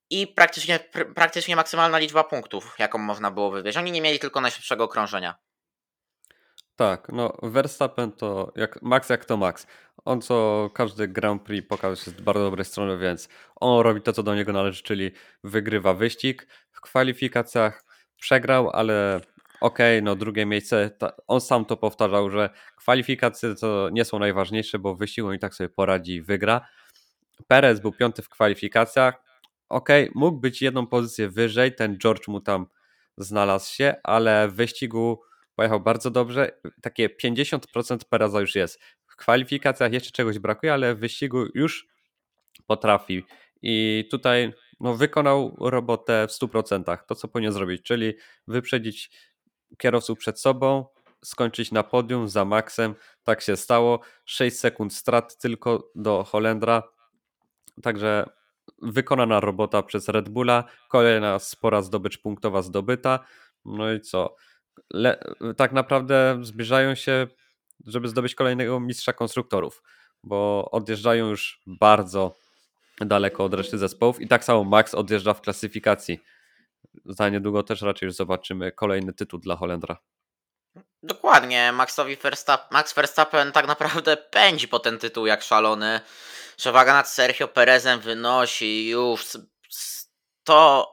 i praktycznie, pr- praktycznie maksymalna liczba punktów, jaką można było wywieźć. Oni nie mieli tylko najszybszego okrążenia. Tak, no Verstappen to jak Max jak to Max. On co każdy Grand Prix pokazał się z bardzo dobrej strony, więc on robi to, co do niego należy, czyli wygrywa wyścig. W kwalifikacjach przegrał, ale okej, no drugie miejsce. Ta, on sam to powtarzał, że kwalifikacje to nie są najważniejsze, bo w wyścigu on i tak sobie poradzi i wygra. Perez był piąty w kwalifikacjach. Okej, mógł być jedną pozycję wyżej, ten George mu tam znalazł się, ale w wyścigu pojechał bardzo dobrze. Takie pięćdziesiąt procent Pereza już jest. W kwalifikacjach jeszcze czegoś brakuje, ale w wyścigu już potrafi. I tutaj no, wykonał robotę w stu procentach. To, co powinien zrobić, czyli wyprzedzić kierowców przed sobą, skończyć na podium za Maxem. Tak się stało. sześć sekund strat tylko do Holendra. Także wykonana robota przez Red Bulla, kolejna spora zdobycz punktowa zdobyta. No i co? Le- tak naprawdę zbliżają się, żeby zdobyć kolejnego mistrza konstruktorów, bo odjeżdżają już bardzo daleko od reszty zespołów i tak samo Max odjeżdża w klasyfikacji. Za niedługo też raczej już zobaczymy kolejny tytuł dla Holendra. Dokładnie, Maxowi Verstappen, Max Verstappen tak naprawdę pędzi po ten tytuł jak szalony. Przewaga nad Sergio Perezem wynosi już sto,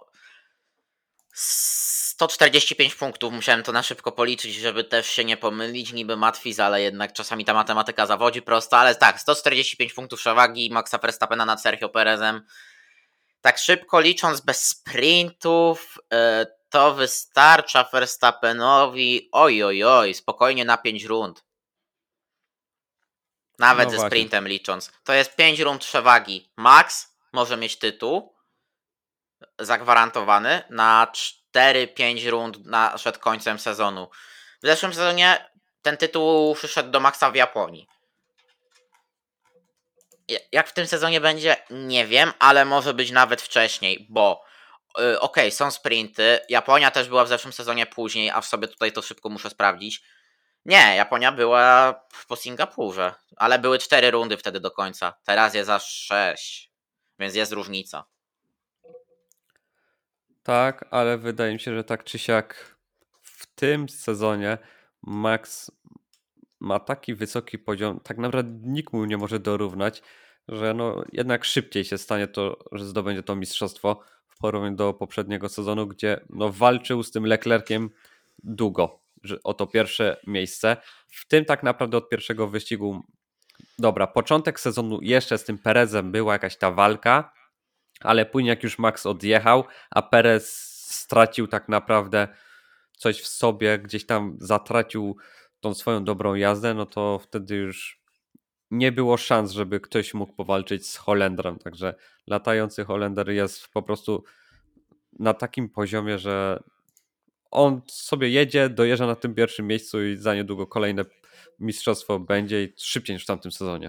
sto czterdzieści pięć punktów. Musiałem to na szybko policzyć, żeby też się nie pomylić. Niby matwiz, ale jednak czasami ta matematyka zawodzi prosto. Ale tak, sto czterdzieści pięć punktów przewagi Maxa Verstappena nad Sergio Perezem. Tak szybko licząc, bez sprintów, yy, to wystarcza Verstappenowi oj, oj, oj, spokojnie na pięć rund. Nawet No ze właśnie. sprintem licząc. To jest pięć rund przewagi. Max może mieć tytuł zagwarantowany na cztery pięć rund na, przed końcem sezonu. W zeszłym sezonie ten tytuł przyszedł do Maxa w Japonii. Jak w tym sezonie będzie, nie wiem, ale może być nawet wcześniej, bo yy, okej, okay, są sprinty. Japonia też była w zeszłym sezonie później, aż sobie tutaj to szybko muszę sprawdzić. Nie, Japonia była po Singapurze, ale były cztery rundy wtedy do końca. Teraz jest aż sześć, więc jest różnica. Tak, ale wydaje mi się, że tak czy siak w tym sezonie Max ma taki wysoki poziom, tak naprawdę nikt mu nie może dorównać, że no jednak szybciej się stanie to, że zdobędzie to mistrzostwo w porównaniu do poprzedniego sezonu, gdzie no walczył z tym Leclerciem długo że o to pierwsze miejsce. W tym tak naprawdę od pierwszego wyścigu, dobra, początek sezonu jeszcze z tym Perezem była jakaś ta walka, ale później jak już Max odjechał, a Perez stracił tak naprawdę coś w sobie, gdzieś tam zatracił tą swoją dobrą jazdę, no to wtedy już nie było szans, żeby ktoś mógł powalczyć z Holendrem. Także latający Holender jest po prostu na takim poziomie, że on sobie jedzie, dojeżdża na tym pierwszym miejscu i za niedługo kolejne mistrzostwo będzie i szybciej niż w tamtym sezonie.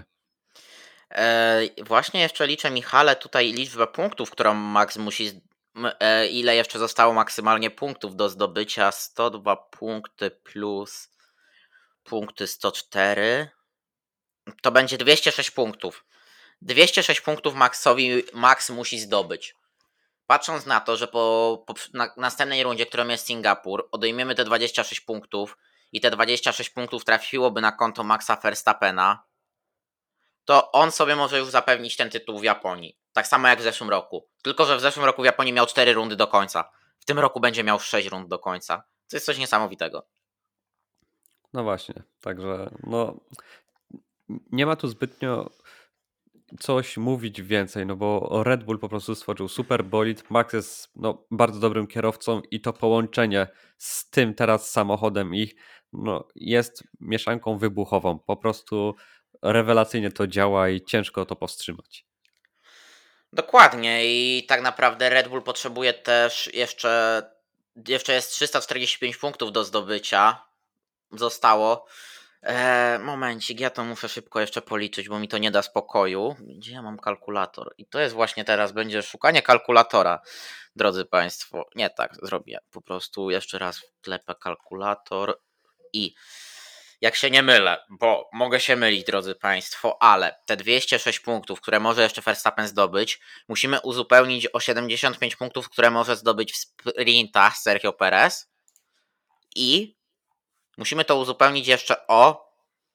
E, właśnie jeszcze liczę, Michale, tutaj liczbę punktów, którą Max musi. E, ile jeszcze zostało maksymalnie punktów do zdobycia? sto dwa punkty plus punkty sto cztery. To będzie dwieście sześć punktów. dwieście sześć punktów Maxowi Max musi zdobyć. Patrząc na to, że po, po na, następnej rundzie, którą jest Singapur, odejmiemy te dwadzieścia sześć punktów i te dwadzieścia sześć punktów trafiłoby na konto Maxa Verstappena, to on sobie może już zapewnić ten tytuł w Japonii. Tak samo jak w zeszłym roku. Tylko że w zeszłym roku w Japonii miał cztery rundy do końca. W tym roku będzie miał sześć rund do końca. To jest coś niesamowitego. No właśnie, także no nie ma tu zbytnio coś mówić więcej, no bo Red Bull po prostu stworzył super bolid. Max jest no, bardzo dobrym kierowcą i to połączenie z tym teraz samochodem ich no, jest mieszanką wybuchową. Po prostu rewelacyjnie to działa i ciężko to powstrzymać. Dokładnie i tak naprawdę Red Bull potrzebuje też jeszcze, jeszcze jest trzysta czterdzieści pięć punktów do zdobycia. Zostało. Eee, momencik, ja to muszę szybko jeszcze policzyć, bo mi to nie da spokoju. Gdzie ja mam kalkulator? I to jest właśnie teraz, będzie szukanie kalkulatora, drodzy Państwo. Nie tak, zrobię po prostu jeszcze raz wklepę kalkulator i jak się nie mylę, bo mogę się mylić, drodzy Państwo, ale te dwieście sześć punktów, które może jeszcze Verstappen zdobyć, musimy uzupełnić o siedemdziesiąt pięć punktów, które może zdobyć w sprintach Sergio Perez i musimy to uzupełnić jeszcze o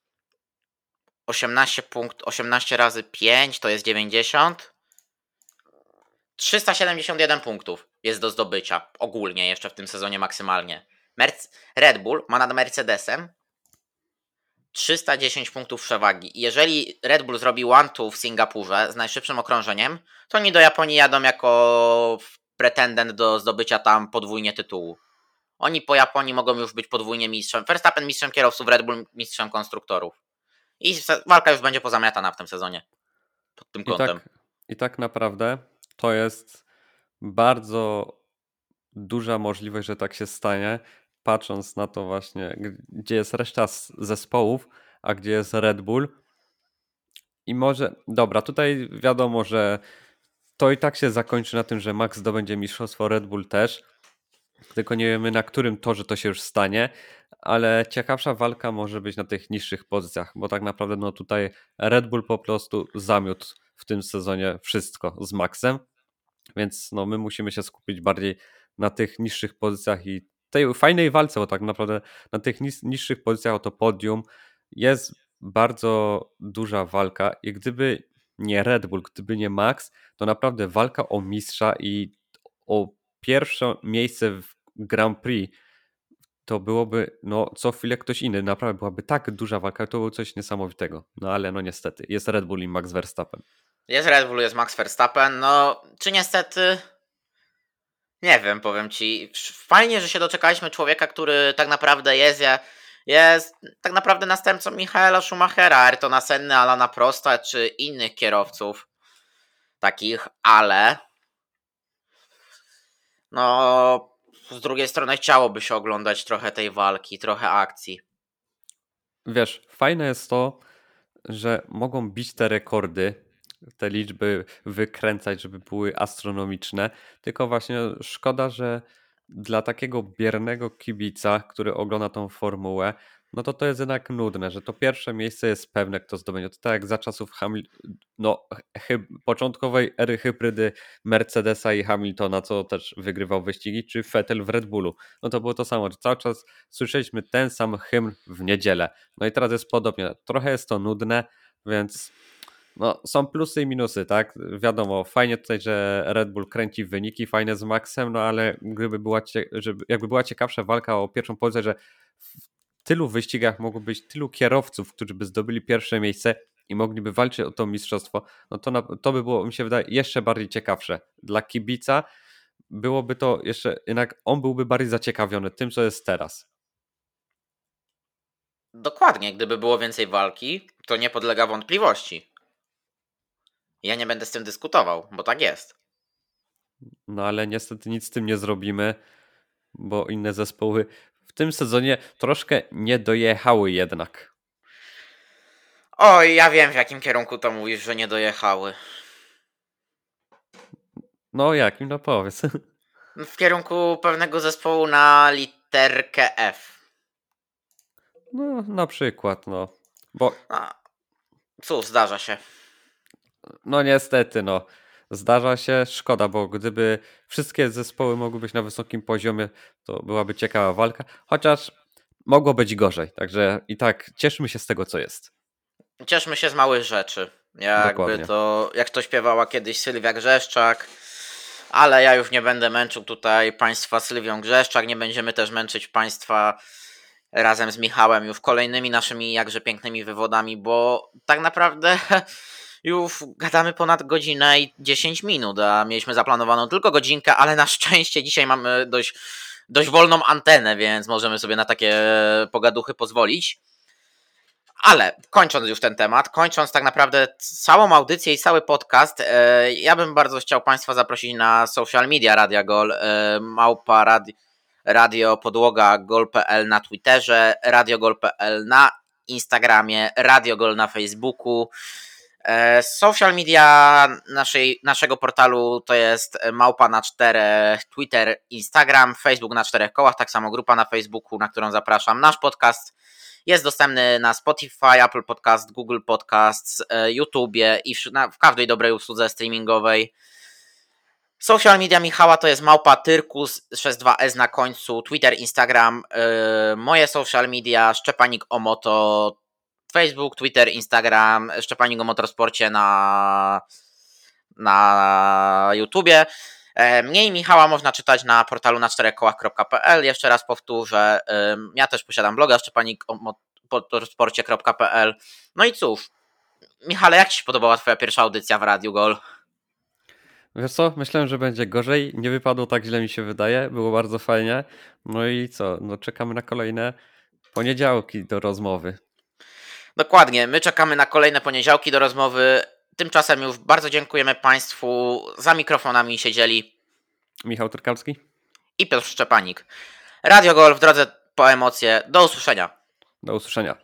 osiemnaście punktów, osiemnaście razy pięć to jest dziewięćdziesiąt. trzysta siedemdziesiąt jeden punktów jest do zdobycia ogólnie jeszcze w tym sezonie maksymalnie. Merc- Red Bull ma nad Mercedesem trzysta dziesięć punktów przewagi. Jeżeli Red Bull zrobi one-two w Singapurze z najszybszym okrążeniem, to oni do Japonii jadą jako pretendent do zdobycia tam podwójnie tytułu. Oni po Japonii mogą już być podwójnie mistrzem. Verstappen mistrzem kierowców, Red Bull mistrzem konstruktorów. I walka już będzie pozamiatana w tym sezonie. Pod tym I kątem. tak, I tak naprawdę to jest bardzo duża możliwość, że tak się stanie, patrząc na to właśnie, gdzie jest reszta zespołów, a gdzie jest Red Bull. I może, dobra, tutaj wiadomo, że to i tak się zakończy na tym, że Max zdobędzie mistrzostwo, Red Bull też. Tylko nie wiemy, na którym torze to się już stanie, ale ciekawsza walka może być na tych niższych pozycjach, bo tak naprawdę no tutaj Red Bull po prostu zamiótł w tym sezonie wszystko z Maxem, więc no my musimy się skupić bardziej na tych niższych pozycjach i tej fajnej walce, bo tak naprawdę na tych nis- niższych pozycjach o to podium jest bardzo duża walka i gdyby nie Red Bull, gdyby nie Max, to naprawdę walka o mistrza i o pierwsze miejsce w Grand Prix to byłoby, no co chwilę ktoś inny, naprawdę byłaby tak duża walka, to było coś niesamowitego, no ale no niestety, jest Red Bull i Max Verstappen. Jest Red Bull, jest Max Verstappen, no czy niestety... Nie wiem, powiem Ci. Fajnie, że się doczekaliśmy człowieka, który tak naprawdę jest, jest tak naprawdę następcą Michaela Schumachera, Ayrtona Senny, Alana Prosta czy innych kierowców takich, ale no z drugiej strony chciałoby się oglądać trochę tej walki, trochę akcji. Wiesz, fajne jest to, że mogą bić te rekordy, te liczby wykręcać, żeby były astronomiczne, tylko właśnie szkoda, że dla takiego biernego kibica, który ogląda tą formułę, no to to jest jednak nudne, że to pierwsze miejsce jest pewne, kto zdobędzie. To tak jak za czasów Hamil- no, hy- początkowej ery hybrydy Mercedesa i Hamiltona, co też wygrywał wyścigi, czy Vettel w Red Bullu. No to było to samo, że cały czas słyszeliśmy ten sam hymn w niedzielę. No i teraz jest podobnie. Trochę jest to nudne, więc no, są plusy i minusy, tak? Wiadomo, fajnie tutaj, że Red Bull kręci wyniki, fajne z Maxem, no ale gdyby była, cie- żeby, jakby była ciekawsza walka o pierwszą pozycję, że w tylu wyścigach mogło być tylu kierowców, którzy by zdobyli pierwsze miejsce i mogliby walczyć o to mistrzostwo, no to, na, to by było, mi się wydaje, jeszcze bardziej ciekawsze. Dla kibica byłoby to jeszcze, jednak on byłby bardziej zaciekawiony tym, co jest teraz. Dokładnie, gdyby było więcej walki, to nie podlega wątpliwości. Ja nie będę z tym dyskutował, bo tak jest. No ale niestety nic z tym nie zrobimy, bo inne zespoły w tym sezonie troszkę nie dojechały jednak. Oj, ja wiem, w jakim kierunku to mówisz, że nie dojechały. No jakim, no powiedz. W kierunku pewnego zespołu na literkę F. No na przykład, no. Bo A, cóż, zdarza się. no niestety, no. Zdarza się, szkoda, bo gdyby wszystkie zespoły mogły być na wysokim poziomie, to byłaby ciekawa walka, chociaż mogło być gorzej, także i tak cieszmy się z tego, co jest. Cieszmy się z małych rzeczy. Jakby Dokładnie. to, jak to śpiewała kiedyś Sylwia Grzeszczak, ale ja już nie będę męczył tutaj Państwa Sylwią Grzeszczak, nie będziemy też męczyć Państwa razem z Michałem już kolejnymi naszymi jakże pięknymi wywodami, bo tak naprawdę już gadamy ponad godzinę i dziesięć minut, a mieliśmy zaplanowaną tylko godzinkę, ale na szczęście dzisiaj mamy dość, dość wolną antenę, więc możemy sobie na takie pogaduchy pozwolić. Ale kończąc już ten temat, kończąc tak naprawdę całą audycję i cały podcast, e, ja bym bardzo chciał Państwa zaprosić na social media Radia Gol, e, małpa radio, radio podłoga gol kropka p l na Twitterze, radio gol kropka p l na Instagramie, Radio Gol na Facebooku. E, social media naszej, naszego portalu to jest małpa na czterech, Twitter, Instagram, Facebook na czterech kołach, tak samo grupa na Facebooku, na którą zapraszam, nasz podcast Jest dostępny na Spotify, Apple Podcast, Google Podcasts, YouTubie i w, na, w każdej dobrej usłudze streamingowej. Social media Michała to jest małpa Tyrkus przez dwa S na końcu, Twitter, Instagram, yy, moje social media, Szczepanik o Moto, Facebook, Twitter, Instagram, Szczepanik o Motorsporcie na, na YouTubie. Yy, mnie i Michała można czytać na portalu na czterech kołach kropka p l. Jeszcze raz powtórzę, yy, ja też posiadam bloga szczepanik o motorsporcie kropka p l. No i cóż, Michale, jak Ci się podobała Twoja pierwsza audycja w Radiu Gol? Wiesz co, myślałem, że będzie gorzej, nie wypadło tak źle mi się wydaje, było bardzo fajnie. No i co, no czekamy na kolejne poniedziałki do rozmowy. Dokładnie, my czekamy na kolejne poniedziałki do rozmowy. Tymczasem już bardzo dziękujemy Państwu. Za mikrofonami siedzieli Michał Turkalski i Piotr Szczepanik. Radio Gol w drodze po emocje. Do usłyszenia. Do usłyszenia.